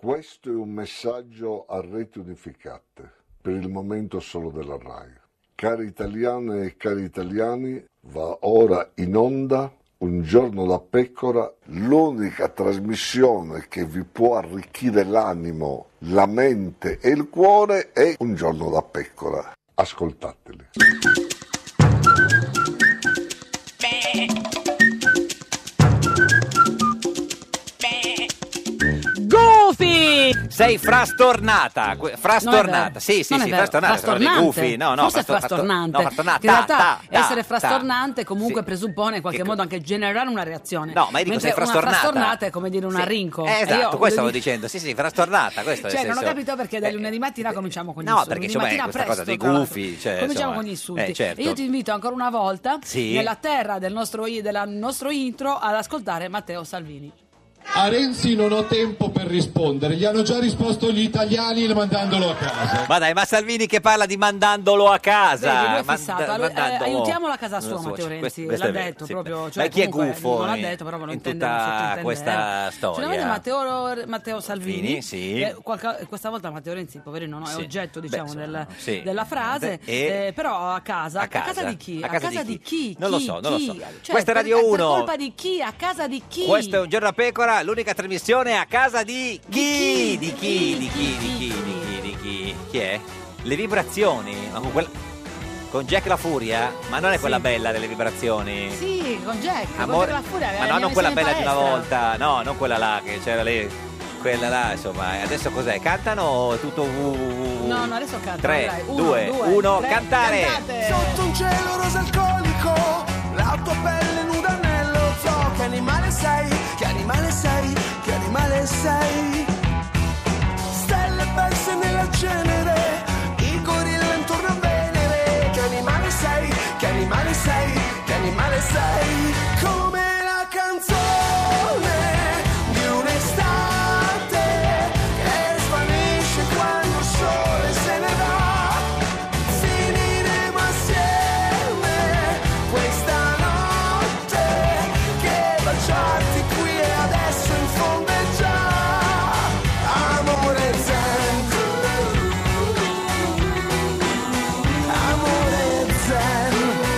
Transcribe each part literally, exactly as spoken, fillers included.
Questo è un messaggio a reti unificate, per il momento solo della RAI. Cari italiane e cari italiani, va ora in onda Un giorno da pecora, l'unica trasmissione che vi può arricchire l'animo, la mente e il cuore è Un giorno da pecora. Ascoltateli. Goofy! Sei frastornata, que- frastornata, sì, sì, Non è sì, vero. frastornata, sono dei Frastornante. gufi, no, no, Forse è frastor- frastornante. no, frastornata, In realtà ta, ta, essere ta. frastornante comunque Sì. presuppone in qualche Che- modo anche generare una reazione. No, ma io dico Mentre sei frastornata. Una frastornata è come dire un Sì. arrinco. Eh, E esatto, io questo voglio stavo dire- dicendo, sì, sì, frastornata, questo Cioè, nel non ho senso- capito perché da eh, lunedì mattina cominciamo con gli no, insulti. perché, Lunedì insomma, mattina questa presto, cosa dei tra l'altro. gufi, cioè, cominciamo insomma, con gli insulti. eh, certo. E io ti invito ancora una volta, Sì. nella terra del nostro, del nostro intro, ad ascoltare Matteo Salvini. A Renzi non ho tempo per rispondere, gli hanno già risposto gli italiani mandandolo a casa. Ma dai, ma Salvini che parla di mandandolo a casa. Vedi, lui è Manda- fissato. Allora, eh, mandando- aiutiamolo a casa sua, Non so, Matteo cioè, Renzi, questo l'ha è vero, detto sì. proprio. Cioè, Ma chi è comunque, gufo non l'ha in- detto, però non in intende, tutta non sottintende, questa eh. storia? Ce l'avete Matteo, Matteo Salvini, Salvini, sì. eh, qualca- questa volta Matteo Renzi, poverino, no, è Sì. oggetto Beh, diciamo insomma, del- sì. della frase, E- eh, però a casa, a casa? di chi? A casa di chi? Non lo Chi? so, non lo Chi? so. Cioè, Questa è per- Radio per uno. colpa di chi? A casa di chi? Questo è Un giorno da pecora, l'unica trasmissione a casa di chi? Di chi? Di chi? Di chi? Di chi? Di chi? Chi è? Le vibrazioni? Ma con, quella... con Jack la Furia? Ma non è quella Sì. bella delle vibrazioni? Sì, con Jack, Amore- con la furia. ma no, non quella bella di una volta, no, non quella là che c'era lì, quella là, insomma. E adesso cos'è? Cantano tutto? No, no, adesso cantano, tre, dai. Uno, due, due, uno, tre, cantare! cantate! Sotto un cielo rosa alcolico, la tua pelle nuda nello zoo. Che animale sei? Che animale sei? Che animale sei? Stelle perse nella cenere, i gorilla intorno a Venere. Che animale sei? Che animale sei? Che animale sei? Come la canzone di un'estate che svanisce quando il sole se ne va. Finiremo assieme questa notte, che baciarti qui e adesso in fondo è già amore zen. Amore zen.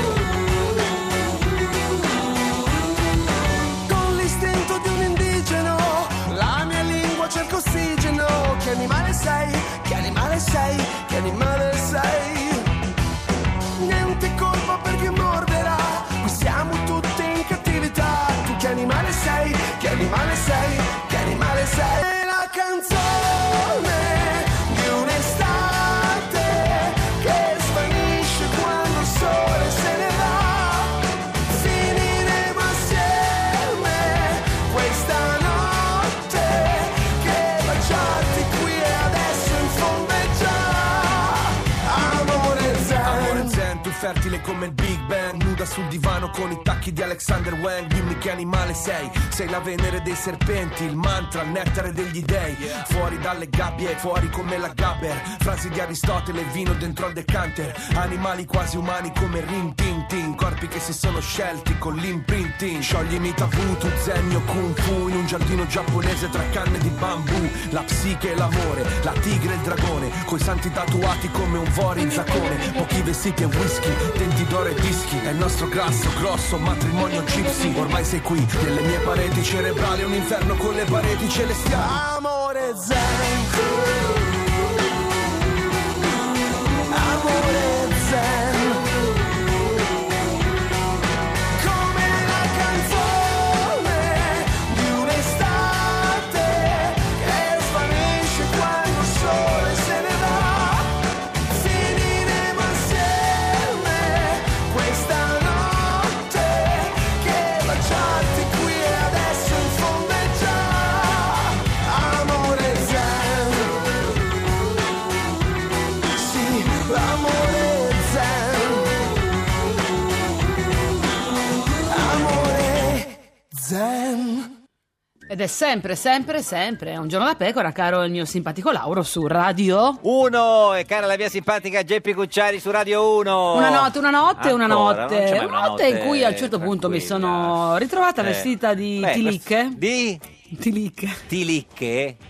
Con l'istinto di un indigeno, la mia lingua cerca ossigeno. Che animale sei? Che animale sei? Che animale sei? Niente colpa perché morderà, qui siamo tutti in cattività. Tu che animale sei? Che animale sei? Che animale sei? È la canzone di un'estate che svanisce quando il sole se ne va. Finiremo assieme questa notte, che baciarti qui e adesso in fondo è già amore zen. Amore zen, tu fertile come il Big Bang, nuda sul divano con i tacchi di Alexander Wang. Dimmi che animale sei, sei la Venere dei serpenti, il mantra, il nettare degli dei. Fuori dalle gabbie, fuori come la gabber, frasi di Aristotele, vino dentro al decanter. Animali quasi umani come Rin Tin Tin, corpi che si sono scelti con l'imprinting. Scioglimi tabù, tu zen o kung fu, in un giardino giapponese tra canne di bambù. La psiche e l'amore, la tigre e il dragone, coi santi tatuati come un vori in zaccone. Pochi vestiti e whisky, denti d'oro e dischi, è il nostro grasso, grosso matrimonio gypsy. Ormai sei qui, nelle mie pareti cerebrali, un inferno con le pareti celestiali. Amore zen. Amore zen. Come la canzone di un'estate che svanisce quando il sole se ne va. Finiremo assieme questa notte, che baciarti qui e adesso in fondo è già amore zen. Sì, amore zen. Amore zen. Ed è sempre, sempre, sempre Un giorno da pecora, caro il mio simpatico Lauro su Radio. Uno, e cara la mia simpatica Geppi Cucciari su Radio uno. Una notte, una notte, una Ancora? notte, Non c'è mai una una notte in notte cui a un certo punto mi tranquilla. sono ritrovata Eh. vestita di Beh, tilicche. Di Tilicche. tilicche?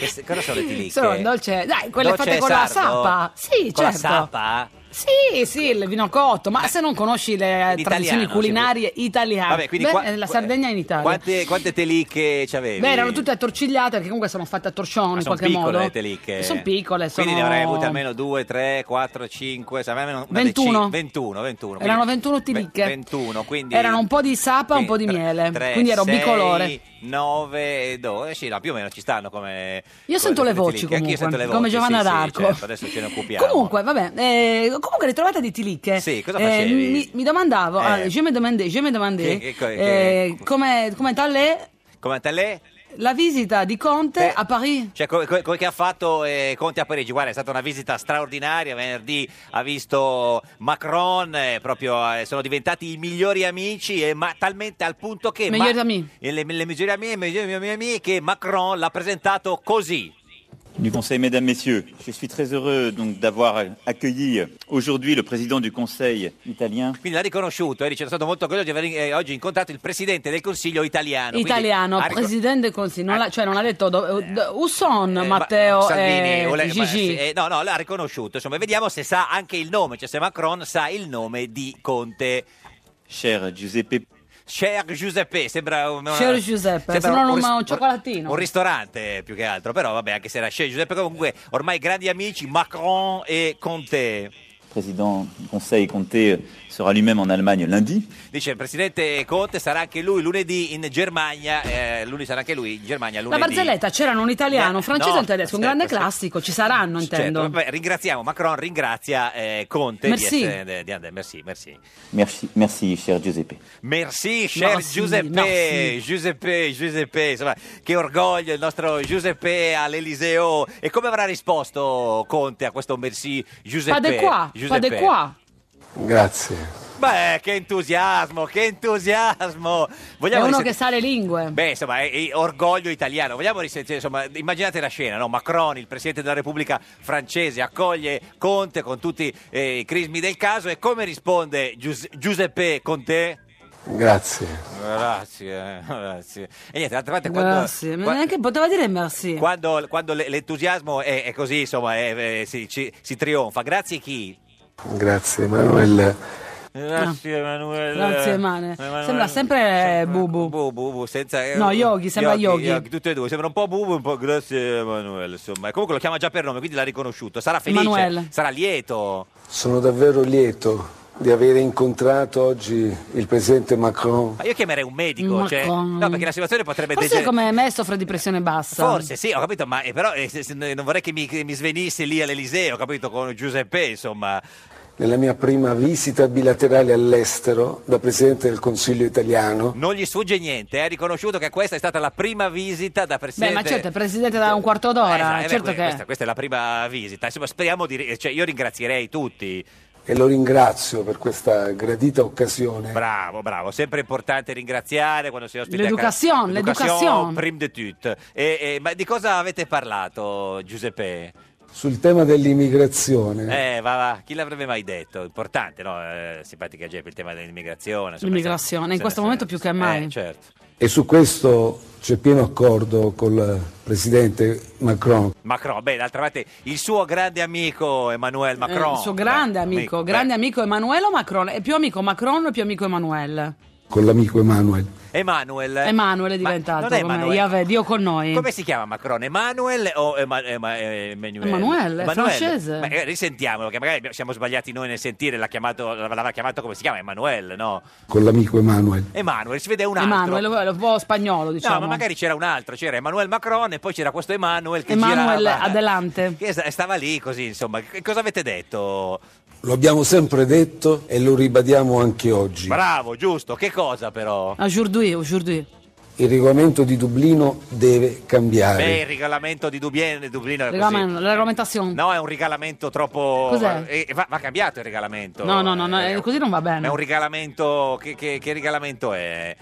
Che, cosa sono le tilicche? Sono dolce, dai, quelle Dolce fatte con la sardo? sappa. Sì, Con certo. la sappa? Sì, sì, il vino cotto, ma se non conosci le In tradizioni italiano, culinarie italiane, Vabbè, quindi beh, qua- la Sardegna è in Italia. Quante, quante telicche c'avevi? Beh, erano tutte attorcigliate perché comunque sono fatte a torcione in sono qualche piccole modo. le telicche. Sono piccole, sono... Quindi ne avrei avute almeno due, tre, quattro, cinque, almeno una ventuno. decina- ventuno, ventuno. Quindi- Erano ventuno tilicche. Ve- ventuno, quindi... Erano un po' di sapa, un po' di tre- miele, tre, quindi ero sei, bicolore. nove, dodici, sì, no, più o meno ci stanno come... Io sento le voci tilicche. Anch'io comunque, sento le voci, come Giovanna sì, sì, d'Arco. certo, adesso ce ne occupiamo. Comunque, vabbè, eh, comunque ritrovate di tilicche. Sì, cosa Eh, facevi? mi, mi domandavo, Eh. ah, je me demandais, je me demandais, Che- che- eh, come, come tale Come a lei? la visita di Conte Eh. a Parigi. Cioè, come co- co- che ha fatto eh, Conte a Parigi? Guarda, è stata una visita straordinaria. Venerdì ha visto Macron, eh, proprio eh, sono diventati i migliori amici, e ma talmente al punto che Migliori amici. eh, le, le migliori amiche, migliori amiche, amiche, che Macron l'ha presentato così. Du Conseil, mesdames, messieurs, je suis très heureux donc d'avoir accueilli aujourd'hui le président du Conseil italien. Quindi l'ha riconosciuto e dice: sono stato molto orgoglioso di aver eh, oggi incontrato il presidente del Consiglio italiano. Quindi Italiano, ha ricon- presidente del Consiglio, non l'ha- cioè non ha detto do, do, Usson, Eh, ma- Matteo Salvini, e o lei- ma- Gigi. sì, eh, no, no, l'ha riconosciuto. Insomma, vediamo se sa anche il nome, cioè se Macron sa il nome di Conte. Cher Giuseppe, Cher Giuseppe, sembra un, Cher Giuseppe, sembra un- ris- un cioccolatino. Un ristorante più che altro, però vabbè, anche se era Cher Giuseppe, comunque ormai grandi amici Macron e Conte. président du Conseil Conte sera lui-même en Allemagne lundi. Dice il presidente Conte sarà anche lui lunedì in Germania, eh, lunedì sarà anche lui in Germania La lunedì. barzelletta, c'erano un italiano, un Eh, francese no, e un tedesco, un certo, grande sì. classico, ci saranno intendo. Certo, vabbè, ringraziamo Macron, ringrazia eh, Conte Merci. di essere di andare. Merci, merci. Merci, merci, cher Giuseppe. Merci, cher Merci, Giuseppe, merci. Giuseppe, Giuseppe, insomma, che orgoglio il nostro Giuseppe all'Eliseo. E come avrà risposto Conte a questo merci Giuseppe? Pas de qua, pas Giuseppe. de qua. Grazie. Beh, che entusiasmo, che entusiasmo. È Vogliamo uno risent- che sa le lingue. Beh, insomma, è, è orgoglio italiano. Vogliamo risentire, insomma, immaginate la scena, no? Macron, il presidente della Repubblica francese, accoglie Conte con tutti eh, i crismi del caso, e come risponde Gius- Giuseppe Conte? Grazie. Grazie, grazie. E niente, d'altra parte, quando, Grazie, ma qua- neanche poteva dire merci. quando, quando le- l'entusiasmo è, è così, insomma, è- è- si, ci- si trionfa. Grazie chi? Grazie Emanuele. Grazie Emanuele. Grazie, Emane. Sembra sempre Bubu. Bubu, bubu, senza... eh, No, Yogi, sembra Yogi. Tutte e due, sembra un po' Bubu, un po' grazie Emanuele, insomma. E comunque lo chiama già per nome, quindi l'ha riconosciuto. Sarà felice, Emanuele. sarà lieto. Sono davvero lieto di aver incontrato oggi il presidente Macron. Ma io chiamerei un medico, cioè, Macron. no, perché la situazione potrebbe Forse degener- come me soffre di pressione bassa. Forse sì, ho capito, ma eh, però eh, se- se- non vorrei che mi, che mi svenisse lì all'Eliseo, ho capito, con Giuseppe, insomma. Nella mia prima visita bilaterale all'estero da presidente del Consiglio italiano, Non gli sfugge niente, ha riconosciuto che questa è stata la prima visita da Beh, presidente. ma certo, il presidente da un quarto d'ora, Eh, esatto, eh, certo beh, che... questa, questa è la prima visita. Insomma, speriamo di. Cioè, io ringrazierei tutti. e lo ringrazio per questa gradita occasione. Bravo, bravo, sempre importante ringraziare quando si ospita. L'educazione, l'educazione. Prima di tutto. E, e, ma di cosa avete parlato, Giuseppe? Sul tema dell'immigrazione, Eh, va, va, chi l'avrebbe mai detto? Importante, no? Eh, simpatica Geppi, il tema dell'immigrazione. insomma, L'immigrazione, se- in se- questo se- momento più che mai. Eh, certo. e su questo c'è pieno accordo col presidente Macron. Macron, beh, d'altra parte, il suo grande amico Emmanuel Macron. Eh, il suo grande Beh, amico, beh. grande amico Emanuele o Macron? È più amico Macron o più amico Emanuele? Con l'amico Emanuel. Emanuel. Emanuele è Ma diventato non è come Emanuele. Yahweh, Dio con noi. Come si chiama Macron? Emanuel o Ema- Ema- Emanuele? Emanuele, è francese. Ma, eh, risentiamolo, che magari siamo sbagliati noi nel sentire, l'ha chiamato, l'aveva chiamato come si chiama? Emanuele, no? Con l'amico Emanuel. Emanuele, si vede un altro. Emanuele, è un po' spagnolo, diciamo. No, ma magari c'era un altro, c'era Emmanuel Macron e poi c'era questo Emanuel che Emanuele girava. adelante. Che sta- stava lì così, insomma. Che cosa avete detto? Lo abbiamo sempre detto e lo ribadiamo anche oggi. Bravo, giusto. Che cosa però? Aujourd'hui, aujourd'hui. Il regolamento di Dublino deve cambiare. Beh, il regolamento di Dublino, Dublino è così. Regolamen- la regolamentazione. No, è un regolamento troppo... Cos'è? eh, Va, va cambiato il regolamento. No, no, no, no, Eh, eh, così non va bene. È un regolamento... Che, che, che regolamento è?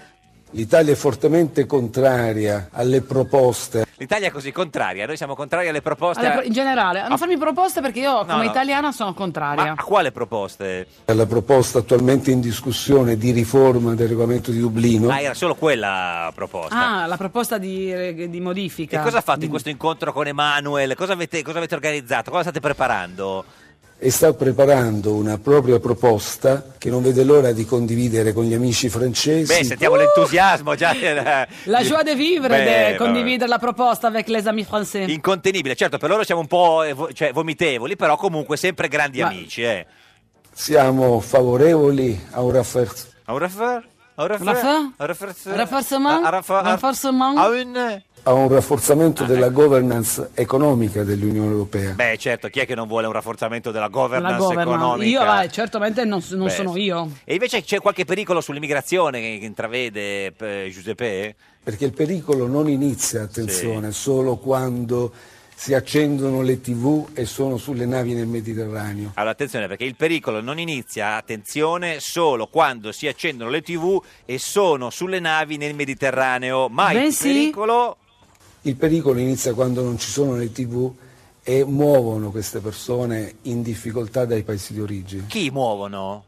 L'Italia è fortemente contraria alle proposte. L'Italia è così contraria, noi siamo contrari alle proposte. Alle pro- in generale, non farmi proposte perché io come no. italiana sono contraria. Ma a quale proposte? Alla proposta attualmente in discussione di riforma del regolamento di Dublino. Ah, era solo quella proposta. Ah, la proposta di, di modifica. E cosa ha fatto in questo incontro con Emmanuel? Cosa avete, cosa avete organizzato? Cosa state preparando? E sta preparando una propria proposta che non vede l'ora di condividere con gli amici francesi. Beh, sentiamo l'entusiasmo già. La joie de vivre Beh, de condividere la proposta avec les amis français. Incontenibile, certo, per loro siamo un po' eh, vo- cioè, vomitevoli, però comunque sempre grandi Ma- amici. Eh. Siamo favorevoli a un rafforzamento. A un raffer? A un raffer? Raffer? A un raffer- Rafforzamento? a- a raffa- a- Rafforzamento? a un... a un rafforzamento della governance economica dell'Unione Europea. Beh, certo, chi è che non vuole un rafforzamento della La governance, governance. economica? Io, vai, certamente non, non Beh, sono sì. io. E invece c'è qualche pericolo sull'immigrazione che intravede eh, Giuseppe? Perché il pericolo non inizia, attenzione, solo quando si accendono le tivù e sono sulle navi nel Mediterraneo. Allora attenzione, perché il pericolo non inizia, attenzione, solo quando si accendono le tivù e sono sulle navi nel Mediterraneo. Ma Beh, il sì. pericolo... Il pericolo inizia quando non ci sono le tivù e muovono queste persone in difficoltà dai paesi di origine. Chi muovono?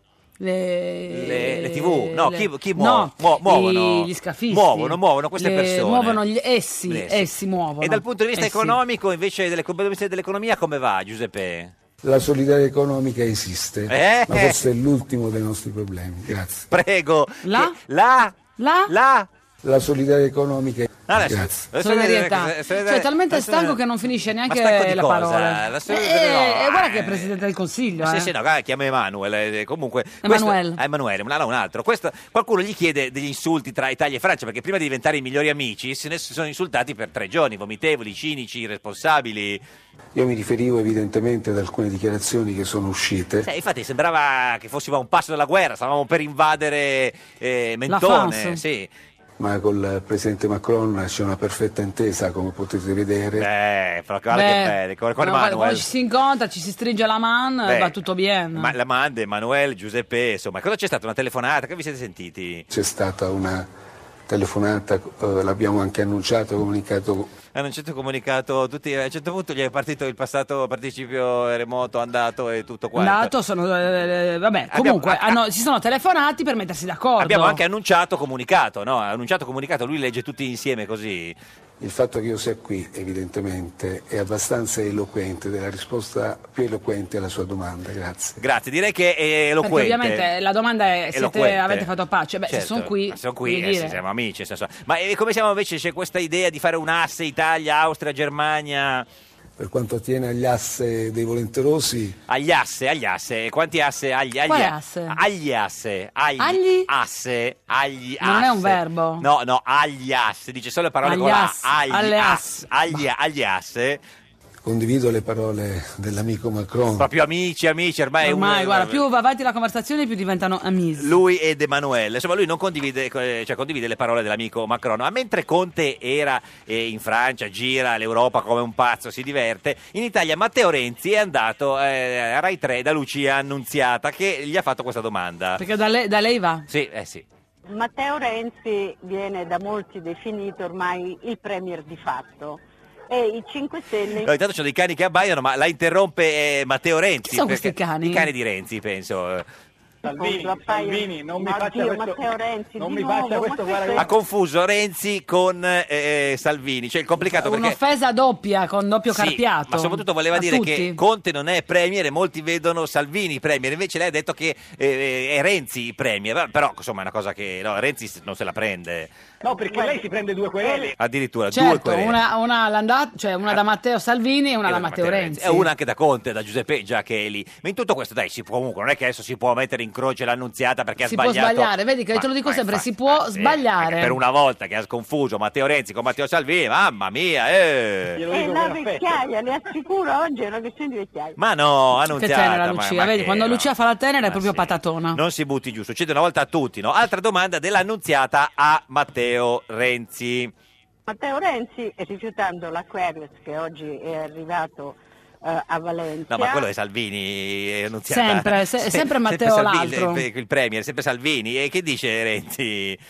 Le, Le, le tivù? No, le- chi, chi muo- no, muo- muovono? i- gli scafisti. Muovono, muovono queste Le- persone. Muovono gli, essi, Eh, sì. essi muovono. E dal punto di vista Essi. economico, invece, delle, dal punto di vista dell'economia, come va, Giuseppe? La solidarietà economica esiste, Eh? ma forse è l'ultimo dei nostri problemi. Grazie. Prego. La? Che- La? La? La? La solidarietà economica No, adesso- Grazie. adesso- Solidarietà. adesso- Cioè, è talmente adesso- stanco che non finisce Ma neanche stanco di le cosa? parole. La Eh, solidarietà- eh, guarda che è il Presidente del Consiglio. Sì, eh. sì, no, guarda, chiama Emanuele. eh, Comunque, Emanuele. questo- ah, Emanuele, no, no, un altro. Questo- qualcuno gli chiede degli insulti tra Italia e Francia, perché prima di diventare i migliori amici se ne sono insultati per tre giorni, vomitevoli, cinici, irresponsabili. Io mi riferivo evidentemente ad alcune dichiarazioni che sono uscite. Eh, infatti sembrava che fossimo a un passo dalla guerra, stavamo per invadere eh, Mentone. France. Sì. Ma col presidente Macron c'è una perfetta intesa, come potete vedere. Beh, però guarda Beh, che bello, con, con no, guarda, Emanuele. quando ci si incontra, ci si stringe la mano, Beh, va tutto bene. Ma la manda Emanuele, Giuseppe, insomma, cosa c'è stata? Una telefonata? Che vi siete sentiti? C'è stata una telefonata, eh, l'abbiamo anche annunciato, comunicato. Hanno un certo comunicato, tutti, a un certo punto gli è partito il passato participio remoto, andato e tutto quanto. Andato, sono, eh, vabbè, Abbiamo- comunque ah, hanno- si sono telefonati per mettersi d'accordo. Abbiamo anche annunciato comunicato, no? Annunciato comunicato, lui legge tutti insieme così. Il fatto che io sia qui, evidentemente, è abbastanza eloquente, della risposta più eloquente alla sua domanda. Grazie. Grazie, direi che è Perché eloquente. ovviamente la domanda è: siete, Eloquente. avete fatto pace? Beh, Certo, se sono qui, ma sono qui, voglio eh, dire, sì, siamo amici. nel senso- Ma eh, come siamo invece? C'è questa idea di fare un asse Italia, Austria, Germania. Per quanto attiene agli asse dei volenterosi, Agli asse, agli asse, quanti asse? Agli, agli, Quale asse? Agli asse, agli, Agli? asse, agli Ma non è un asse. verbo? No, no, agli asse, dice solo le parole Agli con la asse, agli alle asse, agli, agli asse. condivido le parole dell'amico Macron. Proprio amici, amici, ormai, è ormai, un, guarda, più va avanti la conversazione, più diventano amici. lui ed Emanuele, insomma lui non condivide, eh, cioè condivide le parole dell'amico Macron, ma mentre Conte era eh, in Francia, gira l'Europa come un pazzo, si diverte, in Italia Matteo Renzi è andato eh, a Rai tre da Lucia Annunziata che gli ha fatto questa domanda. Perché da lei, da lei va. Sì, eh sì. Matteo Renzi viene da molti definito ormai il premier di fatto e i cinque Stelle... No, intanto c'ho dei cani che abbaiano, ma la interrompe eh, Matteo Renzi. Chi sono perché- questi cani? I cani di Renzi, penso. Salvini, Salvini, non mi faccia questo, Matteo Renzi, non di mi faccia nuovo, questo, ma guarda, Ha confuso Renzi con eh, Salvini, cioè il complicato perché... Un'offesa doppia, con doppio Sì, carpiato. ma soprattutto voleva A dire tutti. che Conte non è premier e molti vedono Salvini premier, invece lei ha detto che eh, è Renzi premier. Beh, però insomma è una cosa che no, Renzi non se la prende No, perché lei si prende due querele. addirittura due Certo, querele. una, una, l'andat- cioè una da Matteo Salvini e una E da una Matteo Renzi. e una anche da Conte, da Giuseppe Giaccheli. Ma in tutto questo dai, si può, comunque non è che adesso si può mettere in croce l'annunziata perché Si ha può sbagliato. sbagliare, vedi che io te lo dico sempre, si può sbagliare. perché per una volta che ha sconfuso Matteo Renzi con Matteo Salvini, mamma mia, eh. Glielo E dico la con affetto. vecchiaia, le assicuro, oggi è una questione di vecchiaia. Ma no, Che annunziata. tenera ma- Lucia, ma vedi, che quando no. Lucia fa la tenera è Ma proprio sì. patatona. Non si butti giù, succede una volta a tutti, no? Altra domanda dell'annunziata a Matteo Renzi. Matteo Renzi, rifiutando l'Aquarius che oggi è arrivato eh, a Valencia... No, ma quello è Salvini, è annunziata. Sempre, se- sempre Matteo Salvini, l'altro. Il, il premier, sempre Salvini. E che dice Renzi?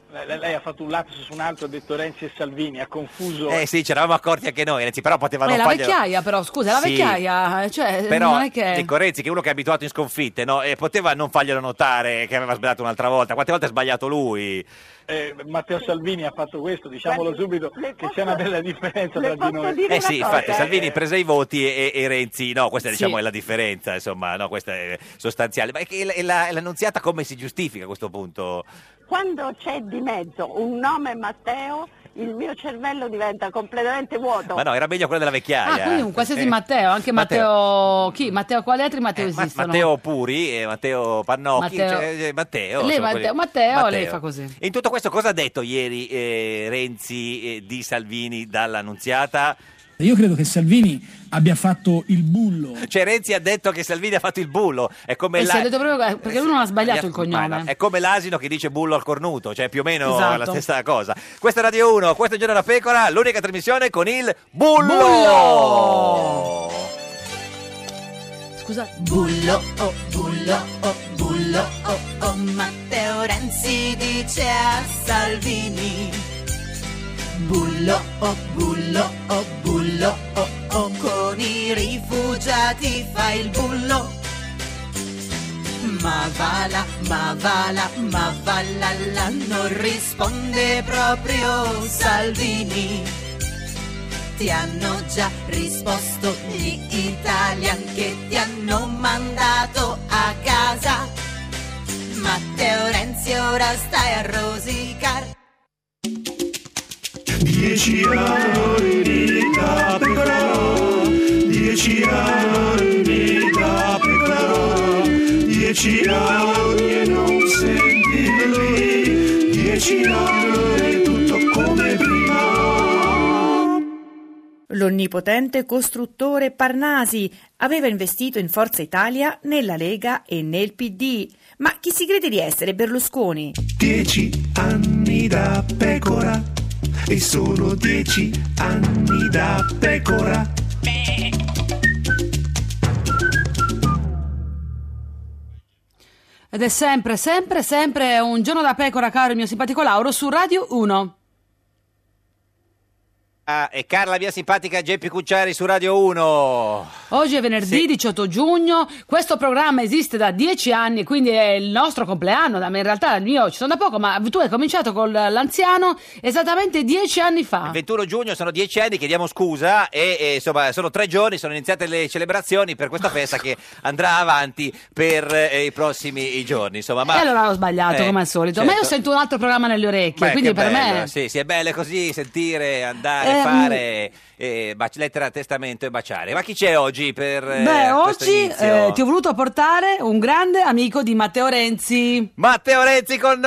Lei, lei ha fatto un lapsus su un altro, ha detto Renzi e Salvini, ha confuso. Eh sì, ci eravamo accorti anche noi, Renzi, però potevano È la farglielo- vecchiaia però, scusa, è la Sì. vecchiaia, cioè Però non è che... dico, Renzi, che è uno che è abituato in sconfitte, no? E poteva non farglielo notare che aveva sbagliato un'altra volta. Quante volte ha sbagliato lui? Eh, Matteo Salvini ha fatto questo, diciamolo subito, che c'è una bella differenza tra di noi. Eh sì, infatti Salvini prese i voti e, e- e Renzi no, questa diciamo Sì. è la differenza, insomma, no, questa è sostanziale. Ma è che e la, e l'annunziata come si giustifica a questo punto? Quando c'è di mezzo un nome Matteo, il mio cervello diventa completamente vuoto. Ma no, era meglio quella della vecchiaia. Ah, quindi un qualsiasi Eh. Matteo, anche Matteo... Chi? Matteo, quali altri Matteo Ma- esistono? Matteo Puri, eh, Matteo Pannocchi, Matteo- cioè, eh, Matteo. Lei sono Matteo, quelli- Matteo, lei fa così. E in tutto questo cosa ha detto ieri eh, Renzi eh, di Salvini dall'annunziata? Io credo che Salvini abbia fatto il bullo. Cioè Renzi ha detto che Salvini ha fatto il bullo, è come Eh, la- si è detto proprio perché lui non ha sbagliato il Ma cognome. no, è come l'asino che dice bullo al cornuto, cioè più o meno Esatto. la stessa cosa. Questa è Radio uno, questo è Giorno da Pecora, l'unica trasmissione con il bullo. Bullo! Scusa. Bullo, oh, bullo, oh, bullo, oh, oh, Matteo Renzi dice a Salvini. Bullo, oh, bullo, oh, bullo, oh, oh, con i rifugiati fa il bullo. Ma va là, ma va là, ma va là, là, non risponde proprio Salvini. Ti hanno già risposto gli italiani che ti hanno mandato a casa. Matteo Renzi ora stai a rosicare. Dieci anni da pecora, dieci anni da pecora, dieci anni e non sentirli, dieci anni e tutto come prima. L'onnipotente costruttore Parnasi aveva investito in Forza Italia, nella Lega e nel P D. Ma chi si crede di essere Berlusconi? Dieci anni da pecora, e sono dieci anni da pecora. Ed è sempre, sempre, sempre un giorno da pecora, caro il mio simpatico Lauro, su Radio uno. Ah, e cara la mia simpatica Geppi Cucciari su Radio uno. Oggi è venerdì diciotto giugno, questo programma esiste da dieci anni, quindi è il nostro compleanno, da me in realtà il mio ci sono da poco, ma tu hai cominciato con l'anziano esattamente dieci anni fa. Il ventuno giugno sono dieci anni, chiediamo scusa e, e insomma sono tre giorni, sono iniziate le celebrazioni per questa festa che andrà avanti per eh, i prossimi giorni. Insomma, ma, E allora ho sbagliato Eh, come al solito, certo. ma io sento un altro programma nelle orecchie, Beh, quindi che per bello, me... sì, sì, è bello così sentire, andare, Ehm, fare eh, baci- lettera, testamento e baciare. Ma chi c'è oggi per eh, Beh, questo oggi inizio? eh, ti ho voluto portare un grande amico di Matteo Renzi. Matteo Renzi con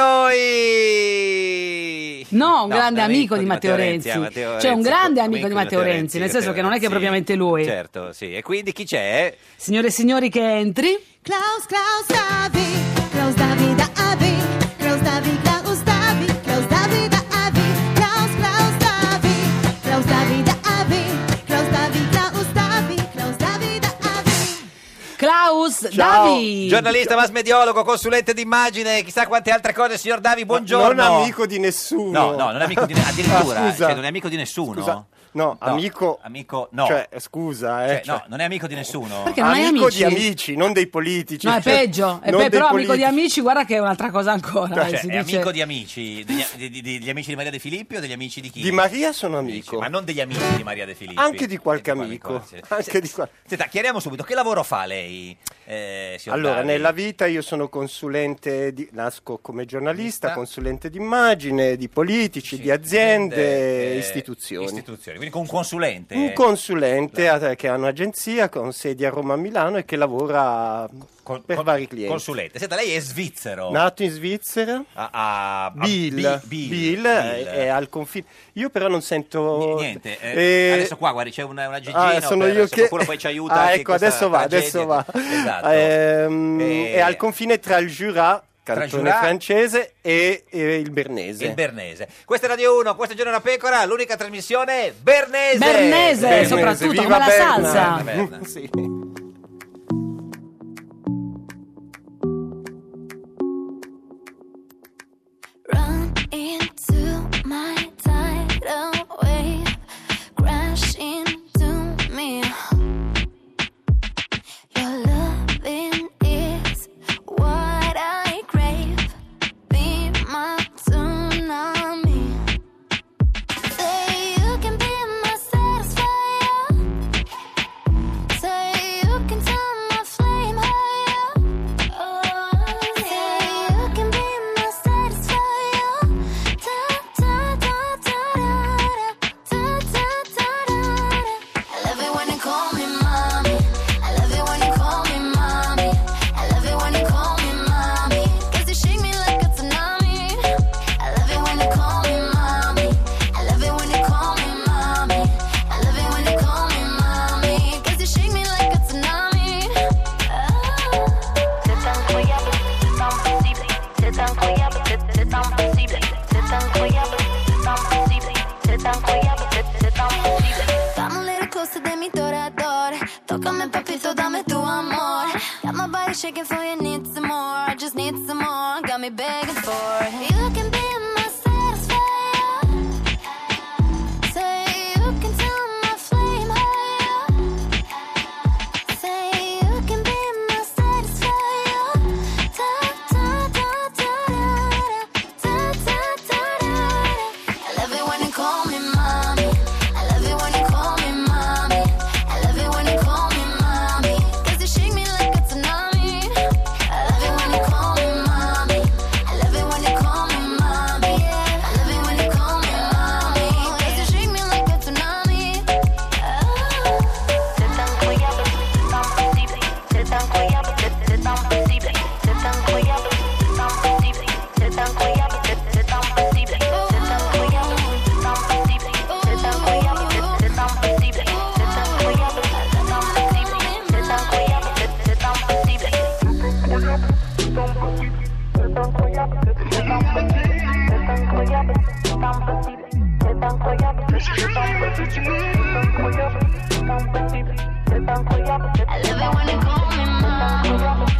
noi! No, un No, grande un amico di Matteo Renzi. ah, Matteo Cioè un Renzi, grande amico amico di Matteo Renzi, nel senso Matteo che non è che è Renzi. propriamente lui. Certo, sì. E quindi chi c'è? Signore e signori, che entri. Klaus, Klaus, David, Klaus, David, David, Klaus, David, Klaus, David, Klaus, David, David, Klaus, Klaus, David, Klaus, David, David, Klaus, David, Klaus, David, Klaus, David, David. Klaus Ciao, Davi. giornalista, mass mediologo, consulente d'immagine, chissà quante altre cose, signor Davi, buongiorno. Non amico di nessuno. No, no, non è amico di nessuno, addirittura, Ah, scusa. cioè non è amico di nessuno. Scusa. No, amico. Amico, no. Cioè, scusa, eh. Cioè, cioè- no, non è amico di nessuno. Perché non hai amico amici? di amici, non dei politici. No, è Cioè, peggio. È non pe- dei però amico di politici. amici, guarda che è un'altra cosa ancora. Cioè, eh, si è dice- amico di amici, degli, di- di- degli amici di Maria De Filippi o degli amici di chi? Di Maria sono amico. Ma non degli amici di Maria De Filippi. Anche di qualche Eh, di amico. qualche- Anche di qual- Senta, chiariamo subito, che lavoro fa lei, eh, signor Allora, Davi? nella vita io sono consulente, di, nasco come giornalista, Lista. consulente d'immagine, di politici, di aziende, eh, istituzioni. istituzioni, quindi con un consulente. Un consulente a- che ha un'agenzia con sedi a Roma e a Milano e che lavora Con- per con- vari clienti. Consulente. Senta, lei è svizzero. Nato in Svizzera, A, a- a- Bill, Bi- Bill, Bill, è, Bill. è al confine. Io però non sento Niente, eh, eh, adesso qua guardi c'è una, una Gigino, ah, sono per- io se che qualcuno poi ci aiuta ah, anche in ecco, questa adesso va, tragedia. adesso va. Esatto. Ehm, E- È al confine tra il Jura, cantone Jura- francese, e, e il Bernese. Il Bernese. Questa è Radio uno, questa è Giorno da Pecora, l'unica trasmissione bernese. Bernese, Bernese, soprattutto, viva come la Berna. salsa. Berna. Sì. Run in beso de mi torador. Tócame, papito, dame tu amor. Got my body shaking, so you need some more. I just need some more, got me begging for it. You can be my satisfier. Say you can turn my flame higher. Say you can be my satisfier. Da da da da da da da da da. I love it when you call me mommy. I love it when you call me mommy. I love it when you call me mommy. 'Cause you shake me like a tsunami. I love it when you call me mommy. I love it when you call me mommy. I love it when you call me mommy. 'Cause you shake me like a tsunami. C'est incroyable, c'est impossible. C'est incroyable, c'est c'est impossible. C'est incroyable, c'est impossible. C'est incroyable, c'est c'est impossible. C'est incroyable, c'est impossible. C'est incroyable, c'est c'est impossible. C'est incroyable, c'est impossible. C'est incroyable, c'est c'est impossible. C'est incroyable, c'est c'est impossible. C'est incroyable, c'est impossible. C'est incroyable, c'est c'est impossible. C'est incroyable, c'est impossible. C'est incroyable, c'est I love it when you call me mommy.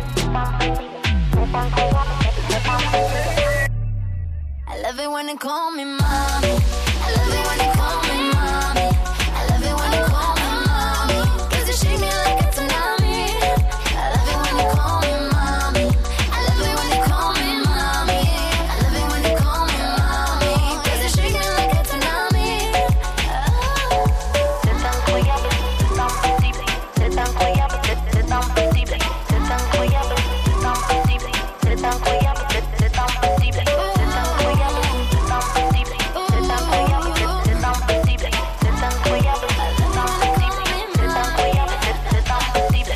I love it when you call me mommy. I love it when you call me mommy. I love it when you call me mommy. 'Cause you shake me like a tsunami. I love it when you call me mommy. I love it when you call me mommy. I love it when you call me mommy. 'Cause you shake me like a tsunami. C'est incroyable, c'est impossible. C'est incroyable, c'est c'est impossible. C'est incroyable, c'est impossible. C'est incroyable, c'est c'est impossible. C'est incroyable, c'est impossible. C'est incroyable, c'est c'est impossible. C'est incroyable, c'est impossible. C'est incroyable, c'est c'est impossible.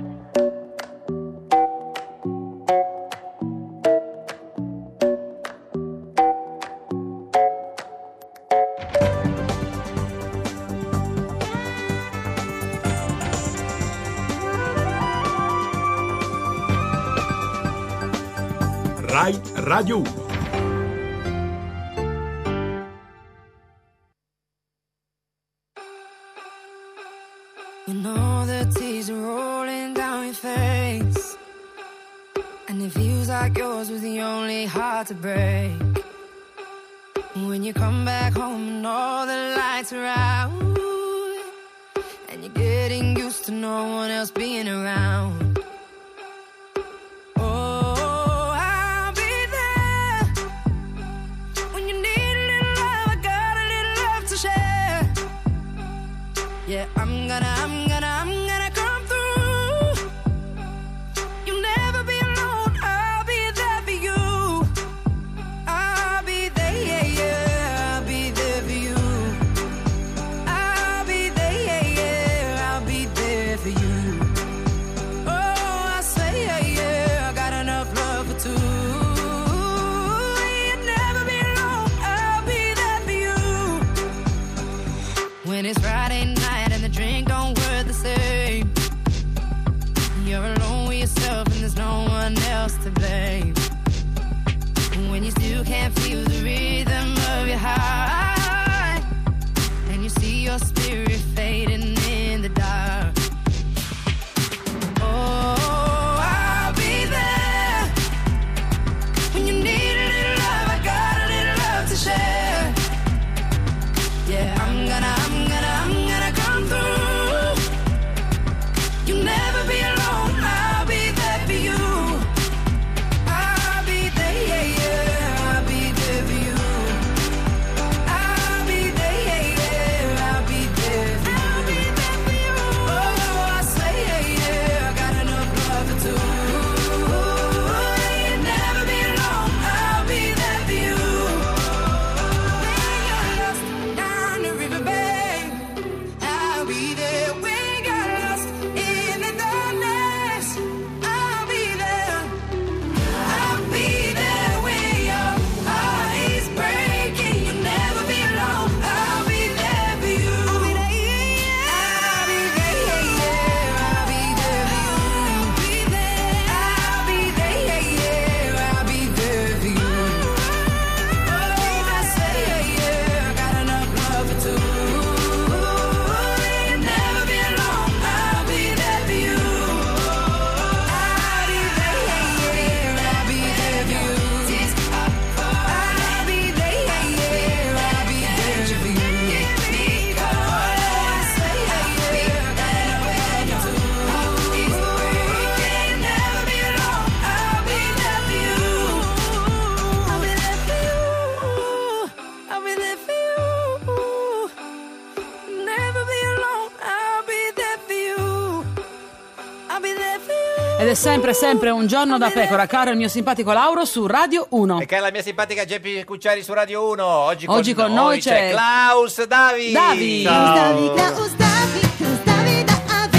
Rai Radio uno. You know the tears are rolling down your face, and it feels like yours was the only heart to break. When you come back home and all the lights are out, and you're getting used to no one else being around. Oh, I'll be there when you need a little love. I got a little love to share. Yeah, I'm gonna, I'm gonna, I'm gonna come through. You'll never be alone. I'll be there for you. I'll be there, yeah, yeah. I'll be there for you. I'll be there, yeah, yeah. I'll be there for you. Oh, I say, yeah, yeah. I got enough love for two. You'll never be alone. I'll be there for you. When it's Friday night and the drink don't work the same, you're alone with yourself and there's no one else to blame. When you still can't feel the rhythm of your heart, and you see your spirit fading in the dark. Oh, I'll be there when you need a little love. I got a little love to share. Yeah, I'm gonna, I'm gonna, I'm gonna come through. You'll never be alone. I'll be there for you. I'll be there, yeah, yeah. I'll be there for you. I'll be there, yeah, yeah. I'll be there for you. I'll be there for you. Oh, I say, yeah, yeah. I got enough love for two. You'll never be alone. I'll be there for you. When you're lost down the riverbank, I'll be there. When you got lost in the darkness, I'll be there. I'll be there when your heart is breaking. You'll never be alone. I'll be there for you. I'll be there, yeah. I'll be there, yeah, yeah. I'll be there for you. I'll be there. I'll be there, yeah, yeah. I'll be there for you. Oh, I say, yeah, yeah. I got enough love for two. You'll never Ed è sempre, sempre un giorno da pecora, caro il mio simpatico Lauro su Radio uno. E cara la mia simpatica Geppi Cucciari su Radio uno. Oggi con, Oggi con noi c'è Klaus Davi. Davi. Ciao. Klaus Davi, Klaus Davi, Davi.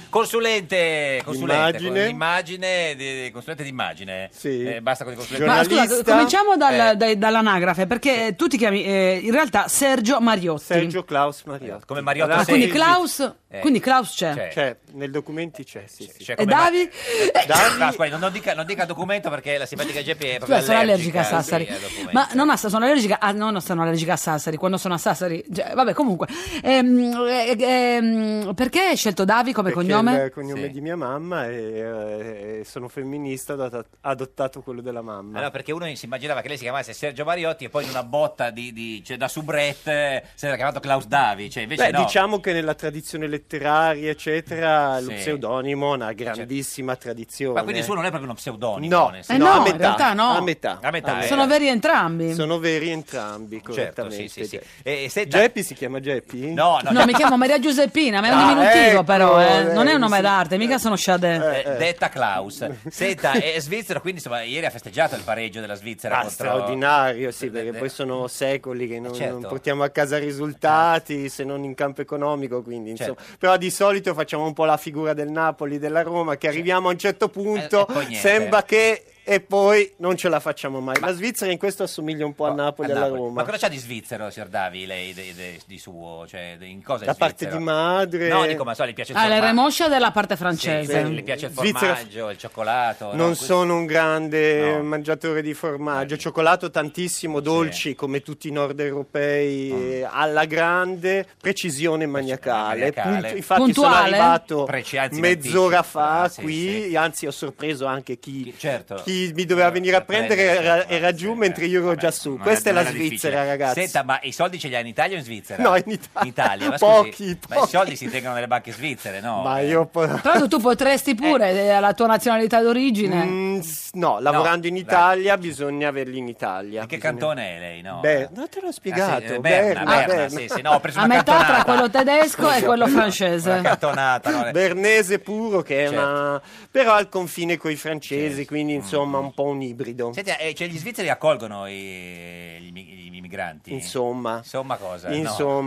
Consulente, consulente, Immagine. con- immagine, di, consulente d'immagine. Sì. Eh, basta con i consulenti. Ma Giornalista. scusa, cominciamo dal- Eh. dai- dall'anagrafe, perché tu ti chiami eh, in realtà Sergio Mariotti. Sergio Klaus Mariotti. Come Mariotti Allora, Ah, quindi sì, Klaus, Eh. quindi Klaus c'è. C'è. C'è, nei documenti c'è, sì, sì. Cioè, E come ma- Davi? Davi? No, ascolti, non, non dica, non dica documento perché la simpatica Geppi è proprio Scusa, sono allergica a sì, Sassari. al documento. Ma non a, sono allergica a, no, non sono allergica a Sassari. Quando sono a Sassari, cioè, vabbè, comunque. Ehm, eh, ehm, perché hai scelto Davi come Perché cognome? il cognome Sì. di mia mamma e eh, sono femminista, ho adotta- adottato quello della mamma. Allora, perché uno si immaginava che lei si chiamasse Sergio Mariotti e poi in una botta di, di- cioè, da soubrette si era chiamato Klaus Davi, cioè invece Beh, no. diciamo che nella tradizione letteraria, eccetera, lo Sì. pseudonimo ha una grandissima tradizione. Ma quindi il suo non è proprio uno pseudonimo? No, nel Eh senso- no, a in metà, realtà no. a metà. A metà, eh. Sono veri entrambi. Sono veri entrambi, Certo, correttamente. sì, sì, sì. Ge- E, senta- Geppi si chiama Geppi? No, no, No, mi chiamo Maria Giuseppina, ma è un Ah, diminutivo ecco, però, eh. Non è un eh, nome sì. d'arte, mica sono Sade. eh, detta Klaus. Senta, è svizzero, quindi insomma, ieri ha festeggiato il pareggio della Svizzera Ah, contro... straordinario, sì, perché Eh, poi sono secoli che non, certo. non portiamo a casa risultati se non in campo economico, quindi insomma. Certo. Però di solito facciamo un po' la figura del Napoli, della Roma, che arriviamo a un certo punto, Eh, e poi niente. sembra che e poi non ce la facciamo mai. La Svizzera in questo assomiglia un po' a Napoli e A alla Napoli. Roma. Ma cosa c'ha di svizzero, signor Davi, lei de- de- di suo? Cioè, de- in cosa è Da parte svizzero? di madre. No, dico, ma so, le piace il Ah, le formaggio? remoscia della parte Sì, francese. sì, le piace il Svizzera- formaggio, il cioccolato? no? Non Questo- sono un grande No. mangiatore di formaggio, cioccolato tantissimo, dolci come tutti i nord europei, eh, alla grande, precisione maniacale. maniacale. Punto- infatti Puntuale? sono arrivato Preci- anzi, mezz'ora in fa anticipo. Ah, qui, sì, anzi ho sorpreso anche chi, Chi- certo. chi mi doveva venire a prendere, era, era giù sì, mentre io ero vabbè, già su. non Questa è non la era Svizzera, difficile. ragazzi. Senta, ma i soldi ce li ha in Italia o in Svizzera? No, in Italia. In Italia, ma Pochi, scusi, ma i pochi. soldi si tengono nelle banche svizzere, no? Ma Eh. io po- Tra l'altro tu potresti pure, eh, la tua nazionalità d'origine. Mm, s- no, lavorando in dai. Italia bisogna averli in Italia. Di che Bisogna- cantone è lei, no? Beh, non te l'ho spiegato. Ah, sì, eh, Berna, Berna, Berna, Berna. sì, sì, no, ho preso A una metà tra cantonata. quello tedesco e quello francese. Una cantonata, no? Bernese puro che è Certo. una... però al confine con i francesi, quindi insomma un po' un ibrido. Senti, eh, cioè, gli svizzeri accolgono i, gli, immi- gli immigranti? Insomma, Insomma cosa? No.